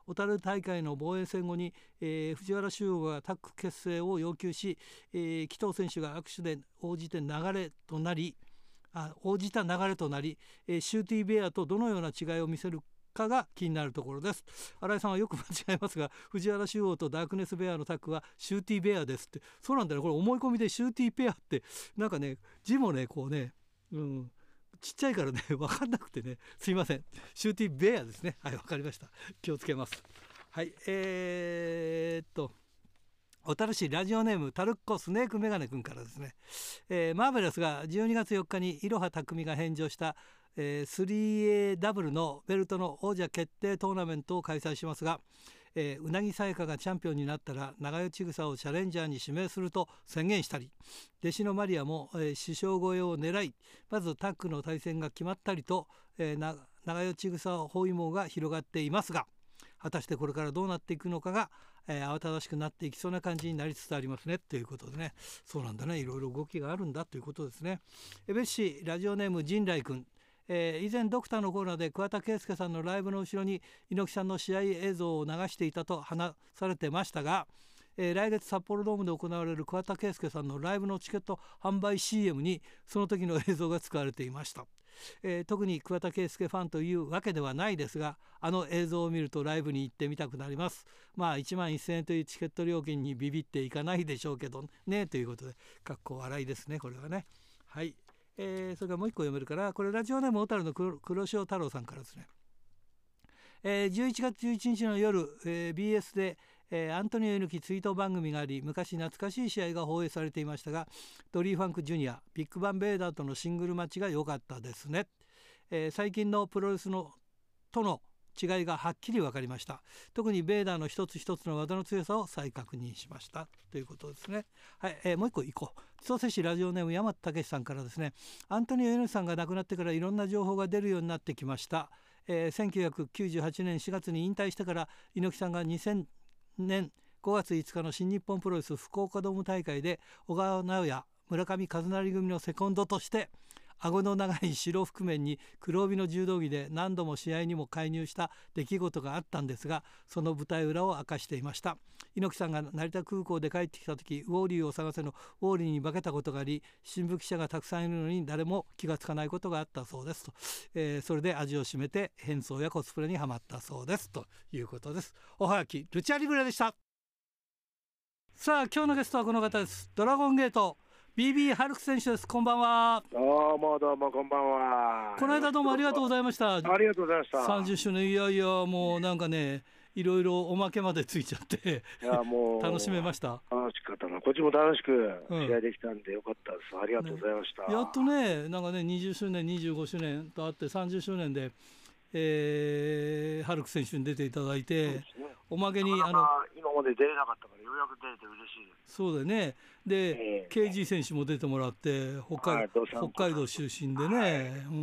小樽大会の防衛戦後に、えー、藤原修吾がタッグ結成を要求し、えー、紀藤選手が握手で応じて流れとなりあ応じた流れとなり、えー、シューティーベアとどのような違いを見せるかが気になるところです。新井さんはよく間違えますが、藤原修吾とダークネスベアのタッグはシューティーベアですって。そうなんだよ、これ思い込みでシューティーペアってなんかね字もねこうね、うん、ちっちゃいからね分かんなくてね、すいません。シューティーベアですね。はい、分かりました。気をつけます。はい、えー、っと小樽市ラジオネームタルッコスネークメガネ君からですね、えー、マーベラスがじゅうにがつよっかにいろは匠が返上したえー、スリーエー ダブルのベルトの王者決定トーナメントを開催しますが、えー、うなぎさやかがチャンピオンになったら長与千草をチャレンジャーに指名すると宣言したり、弟子のマリアも、えー、師匠超えを狙いまずタッグの対戦が決まったりと、えー、な長与千草包囲網が広がっていますが、果たしてこれからどうなっていくのかが、えー、慌ただしくなっていきそうな感じになりつつありますねということでね、そうなんだね、いろいろ動きがあるんだということですね。え別市ラジオネーム陣来君、えー、以前ドクターのコーナーで桑田佳祐さんのライブの後ろに猪木さんの試合映像を流していたと話されてましたが、えー、来月札幌ドームで行われる桑田佳祐さんのライブのチケット販売 シーエム にその時の映像が使われていました。えー、特に桑田佳祐ファンというわけではないですが、あの映像を見るとライブに行ってみたくなります。まあいちまんせんえんというチケット料金にビビっていかないでしょうけどね、ということでかっこ笑いですね、これはね。はい、えー、それからもう一個読めるから、これラジオネーム小樽の黒潮太郎さんからですね、えー、じゅういちがつじゅういちにちの夜、えー、ビーエス で、えー、アントニオ猪木追悼番組があり、昔懐かしい試合が放映されていましたが、ドリー・ファンク・ジュニアビッグバン・ベイダーとのシングルマッチが良かったですね。えー、最近のプロレスのとの違いがはっきり分かりました。特にベイダーの一つ一つの技の強さを再確認しましたということですね。はい、えー、もう一個いこう。千歳市ラジオネーム山田武さんからですね、アントニオ猪木さんが亡くなってからいろんな情報が出るようになってきました。えー、せんきゅうひゃくきゅうじゅうはちねんしがつに引退してから猪木さんがにせんねんごがついつかの新日本プロレス福岡ドーム大会で小川直也村上和成組のセコンドとして顎の長い白覆面に黒帯の柔道着で何度も試合にも介入した出来事があったんですが、その舞台裏を明かしていました。猪木さんが成田空港で帰ってきた時、ウォーリーを探せのウォーリーに化けたことがあり、新聞記者がたくさんいるのに誰も気がつかないことがあったそうですと、えー、それで味を占めて変装やコスプレにはまったそうですということです。おはがきルチャリブレでした。さあ今日のゲストはこの方です。ドラゴンゲートビービー ハルク選手です。こんばんは。 どうもどうもこんばんは。 この間どうもありがとうございました。 ありがとうございました。 さんじゅっしゅうねん、いやいやもうなんかね、いろいろおまけまでついちゃっていやもう楽しめました。 楽しかったな。こっちも楽しく試合できたんでよかったです、うん、ありがとうございました、 ね、やっとね、なんかねにじゅっしゅうねんにじゅうごしゅうねんとあってさんじゅっしゅうねんで、えー、ハルク選手に出ていただいて、ね、おまけにあの今まで出れなかったからようやく出れて嬉しいです。 そうだよね。で、えー、ケージー 選手も出てもらって北海、はい、北海道出身でね、はい、うん、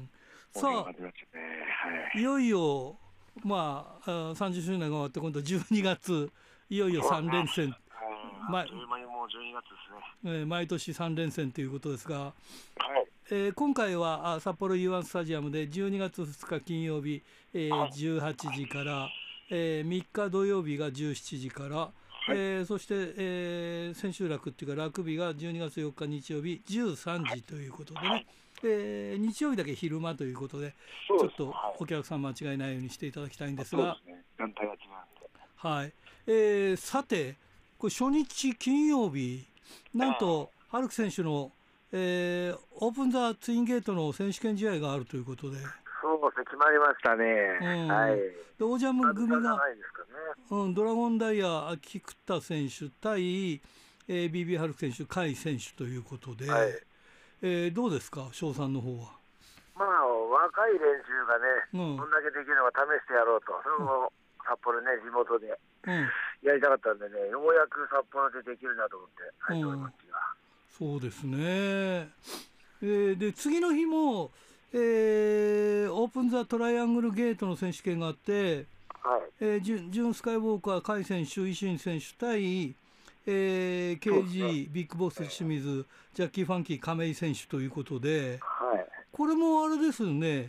さあ、はい、いよいよまあさんじゅっしゅうねんが終わって今度じゅうにがついよいよさんれんせん、 ま、もうじゅうにがつですね、 えー、毎年さんれんせんということですが、 はい、 えー、今回は札幌 ユーワン スタジアムでじゅうにがつふつか金曜日、えー、じゅうはちじから、えー、みっか土曜日がじゅうしちじから、はい、えー、そして、えー、千秋楽っていうか楽日がじゅうにがつよっか日曜日じゅうさんじということでね、はい、えー、日曜日だけ昼間ということで、ちょっとお客さん間違いないようにしていただきたいんですが、 そうですね、団体が違うんで、 はい、えー、さてこれ初日金曜日なんとハルク選手の、えー、オープンザツインゲートの選手権試合があるということで、 そうですね、決まりましたね、うん、はい、 でオージャム組が、うん、ドラゴンダイヤ菊田選手対、えー、ビービー ハルク選手甲斐選手ということで、はい、えー、どうですか翔さんの方は。 まあ若い連中がね、うん、どんだけできるのか試してやろうと、それも札幌ね、地元で、うん、やりたかったんでね、ようやく札幌でできるなと思って入っておりますが、 うん、そうですね、えー、で次の日も、えー、オープンザトライアングルゲートの選手権があって、はい、えー、ジュン、ジュンスカイウォーカー甲斐選手、維新選手対、えー、ケージー、ビッグボス清水、えー、ジャッキー・ファンキー亀井選手ということで、はい、これもあれですね、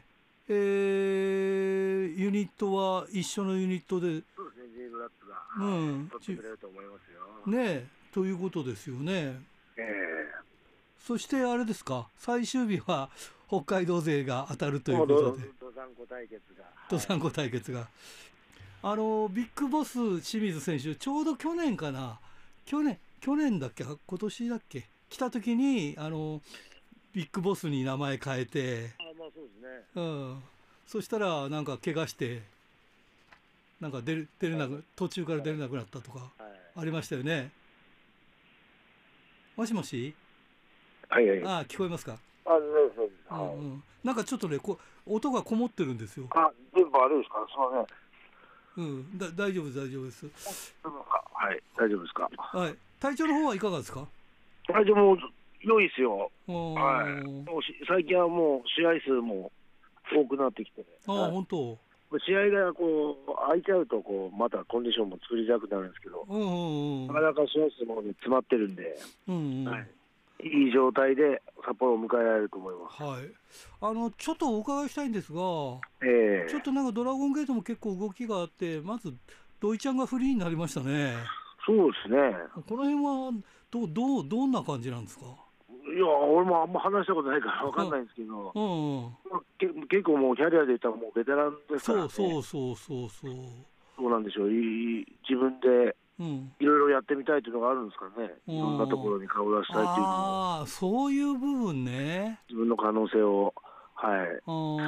えー、ユニットは一緒のユニットで、 そうですね、J ブラッツが、 うん、 取ってくれると思いますよ。 ねえ、ということですよね。 ええー、そしてあれですか、最終日は北海道勢が当たるということで、 どさんこ対決が。 どさんこ対決が。あのビッグボス清水選手、ちょうど去年かな、去年去年だっけ、今年だっけ、来た時にあのビッグボスに名前変えて、 あ、まあそうですね。 うん、そしたらなんか怪我してなんか出る出れなく、はい、途中から出れなくなったとかありましたよね。はい、もしもし。 はいはい。 あ、聞こえますか。 あ、そうそうです。 うんうん、なんかちょっとね、こ音がこもってるんですよ。 あ、電波悪いですか。すみません。 うん、だ大丈夫大丈夫です。 はい、大丈夫ですか。 はい、体調の方はいかがですか。 体調も良いですよ。はい。もう最近はもう試合数も多くなってきて、ね。 あ、はい、本当。 試合がこう空いちゃうとこうまたコンディションも作りづらくなるんですけど、うんうんうん、なかなか試合数も、ね、詰まってるんで、うんうん、はい、いい状態で札幌を迎えられると思います。 はい。あのちょっとお伺いしたいんですが、 えー、 ちょっとなんかドラゴンゲートも結構動きがあって、まず土井ちゃんがフリーになりましたね。 そうですね。 この辺はどうどうどんな感じなんですか。 いや、俺もあんま話したことないから分かんないんですけど、うんうん、け結構もうキャリアで言ったらもうベテランですからね。 そうそうそうそうそう。 そうなんでしょう。い自分でいろいろやってみたいというのがあるんですかね。うん、いろんなところに顔を出したいっていうのも。 ああ、そういう部分ね。 自分の可能性を、はい。 あ、うん、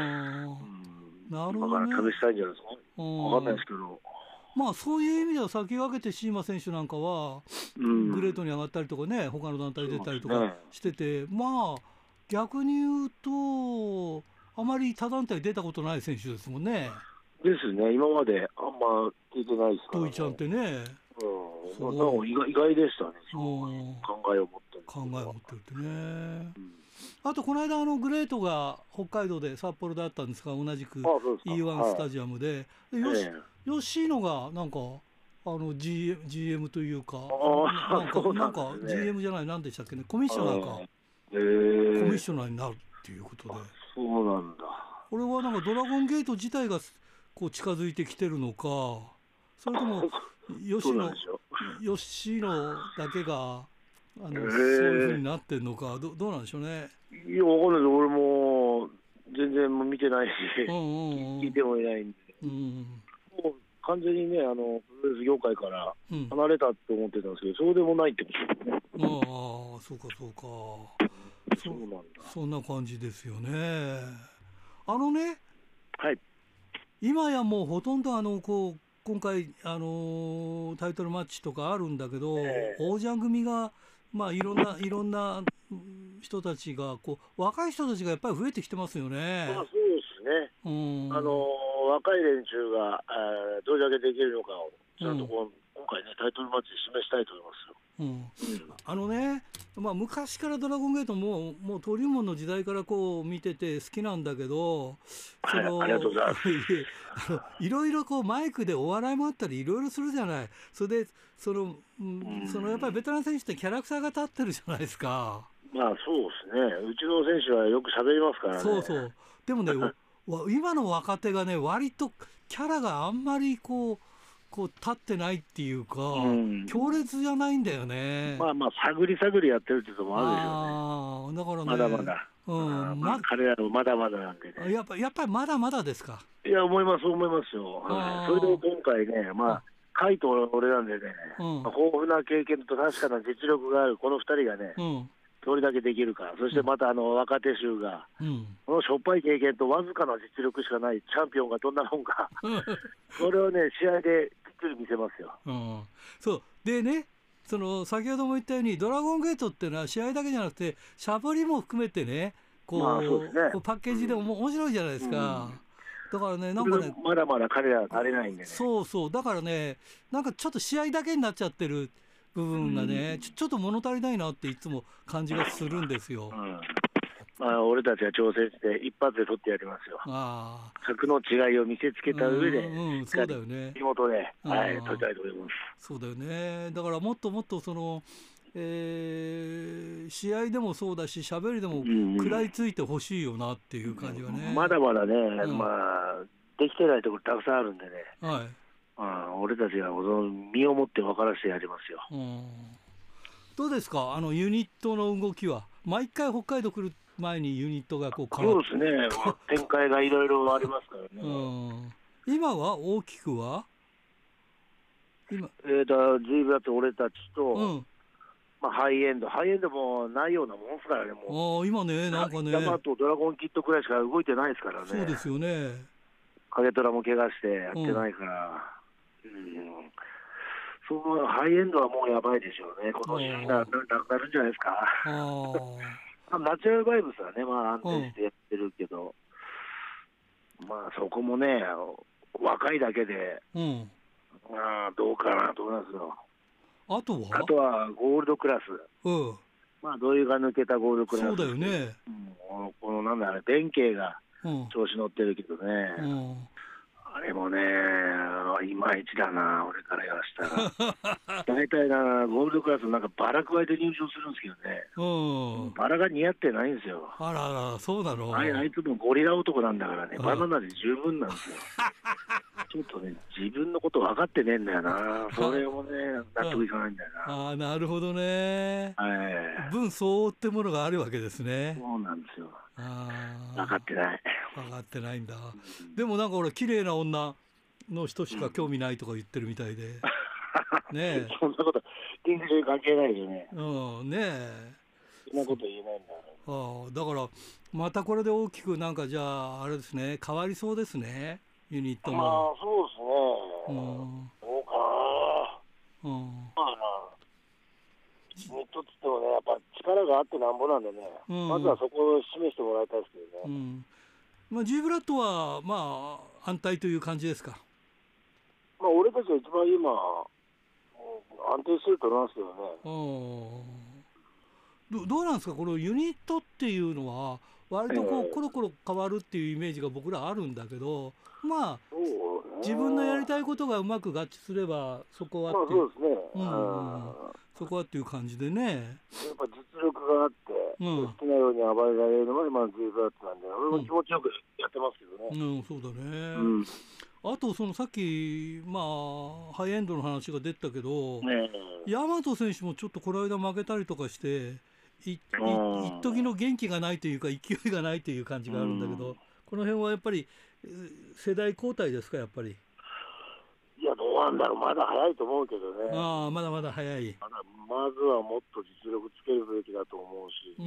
なるほどね。 今から試したいんじゃないですか。分かんないですけど。 まあそういう意味では先駆けて椎間選手なんかはグレートに上がったりとかね、他の団体出たりとかしてて、まあ逆に言うとあまり他団体出たことない選手ですもんね。 ですね。今まであんま出てないですからね。 土井ちゃんってね。 うん、そう意外、意外でしたね。うん、考えを持ってる。 考えを持ってるってね。うん、あとこの間あのグレートが北海道で札幌であったんですが、同じく イーワン スタジアムで、はい、でよし、えー吉野がなんかあの ジーエム というか、なんかなんか ジーエム じゃない、なんでしたっけね、コミッショナーか、えー、コミッショナーになるっていうことで。 そうなんだ。 これはなんかドラゴンゲート自体がこう近づいてきてるのか、それとも吉野吉野だけがあの、えー、そういうふうになってるのか、どどうなんでしょうね。 いや、わかんないです。俺も全然も見てないし、うんうんうん、聞いてもいないんで。うん、もう完全にね、あのプロレス業界から離れたと思ってたんですけど、うん、そうでもないってことですね。 ああ、そうかそうか。 そうなんだ。 そんな感じですよね。あのね、 はい、 今やもうほとんどあのこう今回あのタイトルマッチとかあるんだけど、えー、王者組がまあいろんないろんな人たちがこう若い人たちがやっぱり増えてきてますよね。 まあ、そうですね。うん、あの若い連中がどれだけできるのかをちゃんとこう、うん、今回ねタイトルマッチで示したいと思いますよ。うん、 あのね、まあ、昔からドラゴンゲートももう登竜門の時代からこう見てて好きなんだけど、 その、はい、ありがとうございます。 いろいろこうマイクでお笑いもあったりいろいろするじゃない。それでその、うん、そのやっぱりベテラン選手ってキャラクターが立ってるじゃないですか。 まあそうですね。うちの選手はよく喋りますからね。 そうそう。でもね今の若手がね割とキャラがあんまりこうこう立ってないっていうか、うん、強烈じゃないんだよね。 まあまあ探り探りやってるっていうのもあるでしょうね。あ、だからね、まだまだ、うんまあ、彼らもまだまだなんでね。 やっぱやっぱりまだまだですか。 いや思います思いますよ。はい、それで今回ね、まあ海と俺なんでね、うん、豊富な経験と確かな実力があるこのふたりがね、うん、どれだけできるか、そしてまたあの若手衆が、うん、このしょっぱい経験とわずかな実力しかないチャンピオンがどんなもんか、それをね試合できっちり見せますよ。 うん、そうでね、その先ほども言ったようにドラゴンゲートっていうのは試合だけじゃなくてしゃぶりも含めてね、こう、まあそうですね、こうパッケージでも面白いじゃないですか。うん、だからね、なんかね、 まだまだ彼らは足りないんでね。 そうそう、だからね、なんかちょっと試合だけになっちゃってる部分がね、うん、ちょ、ちょっと物足りないなっていつも感じがするんですよ。うん、 まあ、俺たちは挑戦して一発で取ってやりますよ。あ、格の違いを見せつけた上で、うんうん、そうだよね、地元で、はい、取りたいと思います。 そうだよね。だからもっともっとそのえー、試合でもそうだし喋りでも食らいついてほしいよなっていう感じがね、 うん、まだまだね、 うん、 まあできてないところたくさんあるんでね、 はい、 あ俺たちが身をもって分からせてやりますよ。 うん、どうですか、あのユニットの動きは。毎回北海道来る前にユニットがこう変わって、 そうですね展開がいろいろありますからね、 うん、今は大きくは今えーとジーブラと俺たちと、うん、まあ、ハイエンド、ハイエンドもないようなもんですからね、もう。あ今ね、なんかね、 ヤマト、ドラゴンキッドくらいしか動いてないですからね。 そうですよね。 影虎も怪我してやってないから、うん、うん、そのハイエンドはもうやばいでしょうね、この年なくなるんじゃないですか。あナチュラルバイブスはね、まあ、安定してやってるけど、まあ、そこもね、若いだけで、うん、まあ、どうかなと思いますよ。 あとはあとはゴールドクラス、 うん、 まあ、土井が抜けたゴールドクラス、 そうだよね、 うん、このなんだあれ、弁慶が調子乗ってるけどね、うん、あれもね、いまいちだな、俺から言わしたら、大体な、ゴールドクラス、なんかバラ加えて入賞するんですけどね、うん、バラが似合ってないんですよ。 あらら、そうなの。 あい、あいつもゴリラ男なんだからね、バナナで十分なんですよ。ちょっとね、自分のこと分かってねえんだよな、それもね、納得いかないんだよな。 ああ、なるほどね、はい、分相応ってものがあるわけですね。 そうなんですよ。 あ分かってない。 分かってないんだ。うん、でもなんか俺、綺麗な女の人しか興味ないとか言ってるみたいで。うん、ねえ。そんなこと、人種関係ないよね。 うん、ねえ。 そんなこと言えないんだ。 ああ、だから、またこれで大きく、なんかじゃあ、あれですね、変わりそうですね。ユニットも。 まあそうですね、うん、どうかな、うん、まあな、ユニットっつってもね、やっぱ力があってなんぼなんでね、うん、まずはそこを示してもらいたいですけどね、うん、 まあ、G ブラッドはまあ安泰という感じですか。 まあ俺たちが一番今、安定してると思いますけどね。ど, どうなんですか、このユニットっていうのは、割とこうコロコロ変わるっていうイメージが僕らあるんだけど、まあ自分のやりたいことがうまく合致すればそこはっていう、 まあそうですね、 うんうん、そこはっていう感じでね。 やっぱ実力があって、うん、好きなように暴れられるのが今のジーブラッドなんで、俺も気持ちよくやってますけどね。 うん、うん、そうだね、うん、あとそのさっき、まあ、ハイエンドの話が出たけど、ね、大和選手もちょっとこの間負けたりとかしていい一時の元気がないというか勢いがないという感じがあるんだけど、うん、この辺はやっぱり世代交代ですか、やっぱり。 いや、どうなんだろう、まだ早いと思うけどね。 ああ、まだまだ早い。 まだまずはもっと実力つけるべきだと思うし、うん、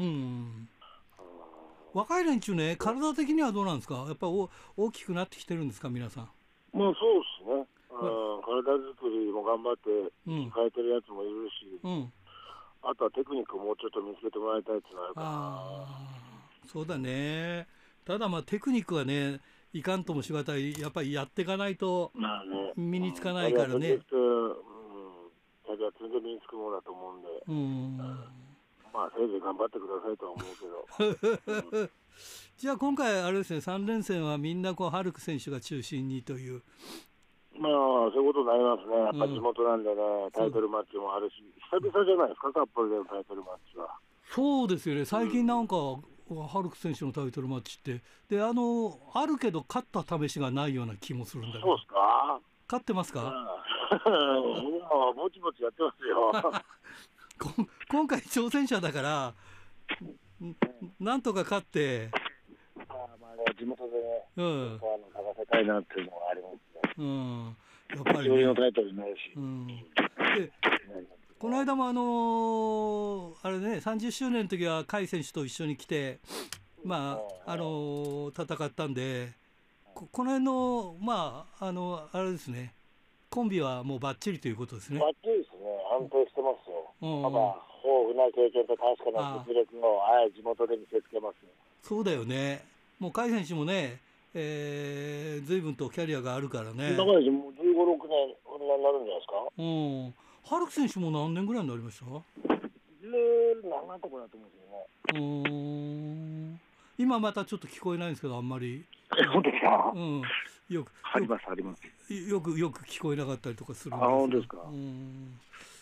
若い連中ね、体的にはどうなんですか、やっぱり大きくなってきてるんですか、皆さん。 まあそうですね、うん、体作りも頑張って変えてるやつもいるし、うん、あとはテクニックをもうちょっと見つけてもらいたいっていうのはあるから。 あ、そうだね。ただまあテクニックはね、いかんともしがたい、やっぱりやっていかないと身につかないからね。まあね、うん、 キャリア積んで身につくものだと思うんで、うん、まあせいぜい頑張ってくださいとは思うけど、うん、 じゃあ今回あれですね、さん連戦はみんなこうハルク選手が中心にという。 まあそういうことになりますね。やっぱ地元なんでね、うん、タイトルマッチもあるし、久々じゃないですか、札幌でのタイトルマッチは。 そうですよね、最近なんか、うん、ハルク選手のタイトルマッチってで、あのあるけど勝った試しがないような気もするんだけど。 そうですか。 勝ってますか。 うん、ぼちぼちやってますよ。 今回挑戦者だからなんとか勝って、 あ、まあ、地元でね、うん、勝たせたいなっていうのがありますね。うん、やっぱり、ね、のタイトルになるし、うん、でこの間もあのー、あれね、さんじゅっしゅうねんの時は甲斐選手と一緒に来て、まああのー、戦ったんで、こ, この辺のまああのあれですね、コンビはもうバッチリということですね。 バッチリですね、安定してますよ。うん、ただ豊富な経験と確かな実力をあえ地元で見せつけますよ。 そうだよね。もう甲斐選手もね、えー、随分とキャリアがあるからね。 長いです、もうじゅうご、ろくねんになるんじゃないですか。 うん。ハルク選手も何年ぐらいになりました？ じゅうななとこだと思うんですよね。 うん。今またちょっと聞こえないんですけど、あんまり。 そうですか。 うん。よくありますあります。 よくよく聞こえなかったりとかするんです。 あ、本当ですか。 うん。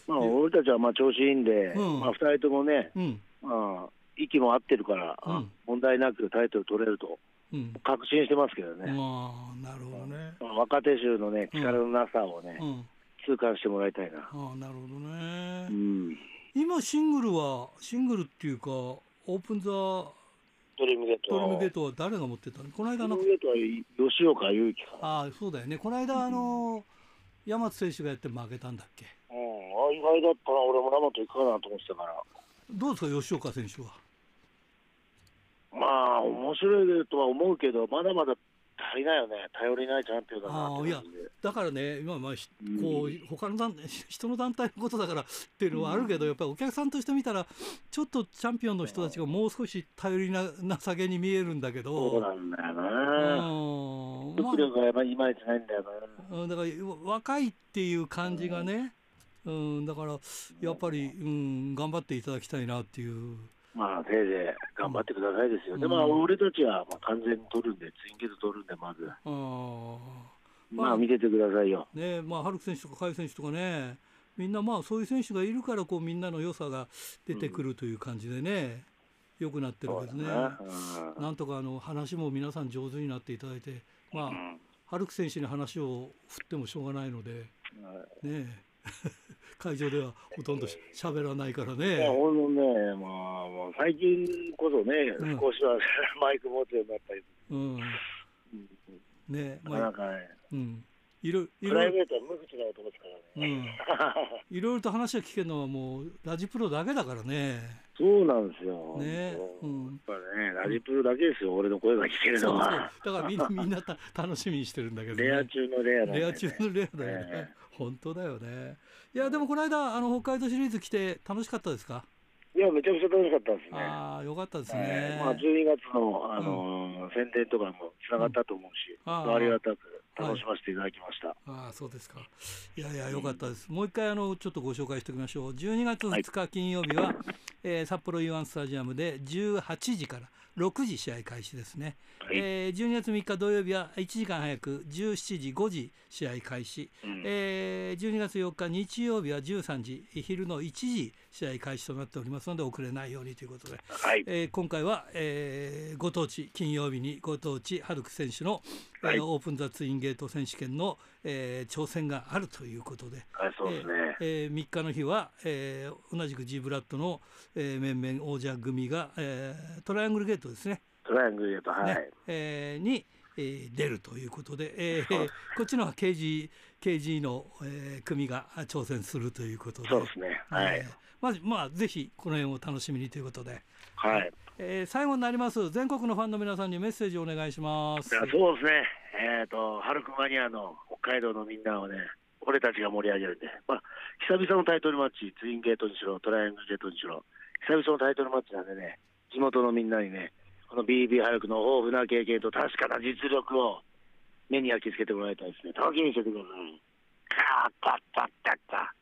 まあ、俺たちはまあ調子いいんで、うんまあ、ふたりともね、うんまあ、息も合ってるから、うん、問題なくタイトル取れると、うん、確信してますけどね。 あなるほどね。 若手衆のね力のなさをね、うん、痛感してもらいたいな。 あなるほどね、うん、今シングルはシングルっていうかオープンザドリームゲートドリームゲートは誰が持ってたの？この間のドリームゲートは吉岡祐希か。 ああそうだよね。この間あの山津選手がやって負けたんだっけ。 うん、あ意外だったな。俺も山津行くかなと思ってたから。 どうですか吉岡選手は。 まあ面白いとは思うけどまだまだ足りないよね。頼りないチャンピオンだなって。 あいやだからね今まあこう他の団人の団体のことだからっていうのはあるけど、やっぱりお客さんとして見たらちょっとチャンピオンの人たちがもう少し頼りなさげに見えるんだけど。 そうなんだよな。力力がやっぱりいまいちないんだよな。 だから若いっていう感じがね、うん、だからやっぱり、うん、頑張っていただきたいなっていう。 まあせいぜい頑張ってくださいですよ、うん、でも俺たちはまあ完全に取るんでツインゲート取るんでまずあ、まあ、まあ見ててくださいよね。まあハルク選手とかカイ選手とかねみんなまあそういう選手がいるからこうみんなの良さが出てくるという感じでね、うん、良くなってるわけですね、うん、なんとかあの話も皆さん上手になっていただいてまあ、うん、ハルク選手に話を振ってもしょうがないので、うん、ね会場ではほとんどしゃべらないからね。 いやほんとね、まあ、もう最近こそね、うん、少しはマイク持つようになったり、うんうん、ねまあ、なかなかね、うん、 いろいろプライベートは無口な男ですからね、 うん、いろいろと話を聞けるのはもうラジプロだけだからね。 そうなんですよ、 ねうん、やっぱりねラジプロだけですよ、うん、俺の声が聞けるのは。 そうそうだからみんなみんなた楽しみにしてるんだけど、ね、 レア中のレアだよね。 レア中のレアだよね、えー、本当だよね。いやでもこの間あの北海道シリーズ来て楽しかったですか？ いやめちゃくちゃ楽しかったですね。 ああよかったですね、 えーまあ、じゅうにがつの、あのーうん、宣伝とかもつながったと思うし、うん、あ, ありがたく楽しませていただきました、はい、 ああそうですか。いやいやよかったです、うん、もう一回あのちょっとご紹介しておきましょう。じゅうにがつふつか金曜日は、はいえー、札幌ユーワンスタジアムでじゅうはちじからろくじ試合開始ですね、はいえー、じゅうにがつみっか土曜日はいちじかん早くじゅうしちじごじ試合開始、うんえー、じゅうにがつよっか日曜日はじゅうさんじ昼のいちじ試合開始となっておりますので遅れないようにということで、はいえー、今回は、えー、ご当地金曜日にご当地ハルク選手の、はいえー、オープンザツインゲート選手権の、えー、挑戦があるということで、 はいそうですねえーえー、みっかの日は、えー、同じく G ブラッドの、えー、面々王者組が、えー、トライアングルゲートですねトライアングルゲートはい、ねえー、に、えー、出るということで、えー、こっちのは ケージー, ケージー の、えー、組が挑戦するということでそうですねはい、えー、 まずまあぜひこの辺を楽しみにということではい、 えー、最後になります全国のファンの皆さんにメッセージをお願いします。 そうですねえっ、ー、とハルクマニアの北海道のみんなをね俺たちが盛り上げるんで、まあ、久々のタイトルマッチツインゲートにしろトライアングルゲートにしろ久々のタイトルマッチなんでね地元のみんなにねこの ビービー ハルクの豊富な経験と確かな実力を目に焼き付けてもらいたいですね。楽しみにしててください。カータッタッタッタ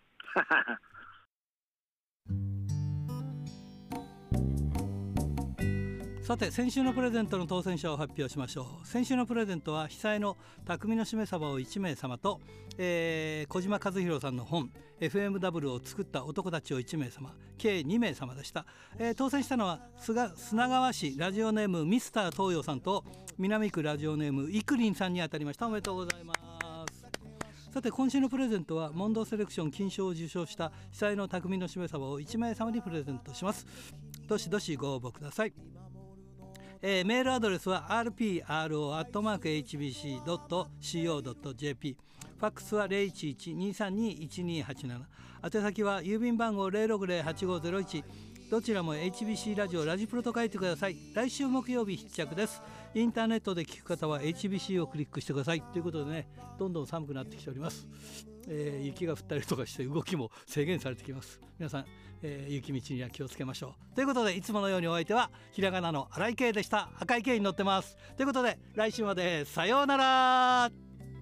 さて先週のプレゼントの当選者を発表しましょう。先週のプレゼントは被災の匠のしめ鯖をいちめい様と、えー、小島和弘さんの本 エフエムダブリュー を作った男たちをいちめい様計にめい様でした、えー、当選したのは菅砂川市ラジオネームミスター東洋さんと南区ラジオネームイクリンさんに当たりました。おめでとうございます。さて今週のプレゼントはモンドセレクション金賞を受賞した被災の匠のしめ鯖をいちめい様にプレゼントします。どしどしご応募ください。えー、メールアドレスは アールピーアールオー アットマーク エイチビーシー ドット シーオー ドット ジェーピー ファックスは ゼロいちいち にさんに いちにはちなな 宛先は郵便番号 ゼロろくゼロ はちごゼロいち どちらも エイチビーシー ラジオラジプロと書いてください。来週木曜日必着です。インターネットで聞く方は エイチビーシー をクリックしてくださいということでねどんどん寒くなってきております、えー、雪が降ったりとかして動きも制限されてきます。皆さんえー、雪道には気をつけましょうということでいつものようにお相手はひらがなの荒井圭でした。赤い圭に乗ってますということで来週までさようなら。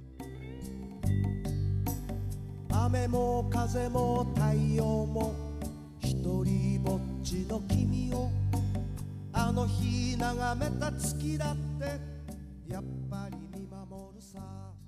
雨も風も太陽も一人ぼっちの君をあの日眺めた月だってやっぱり見守るさ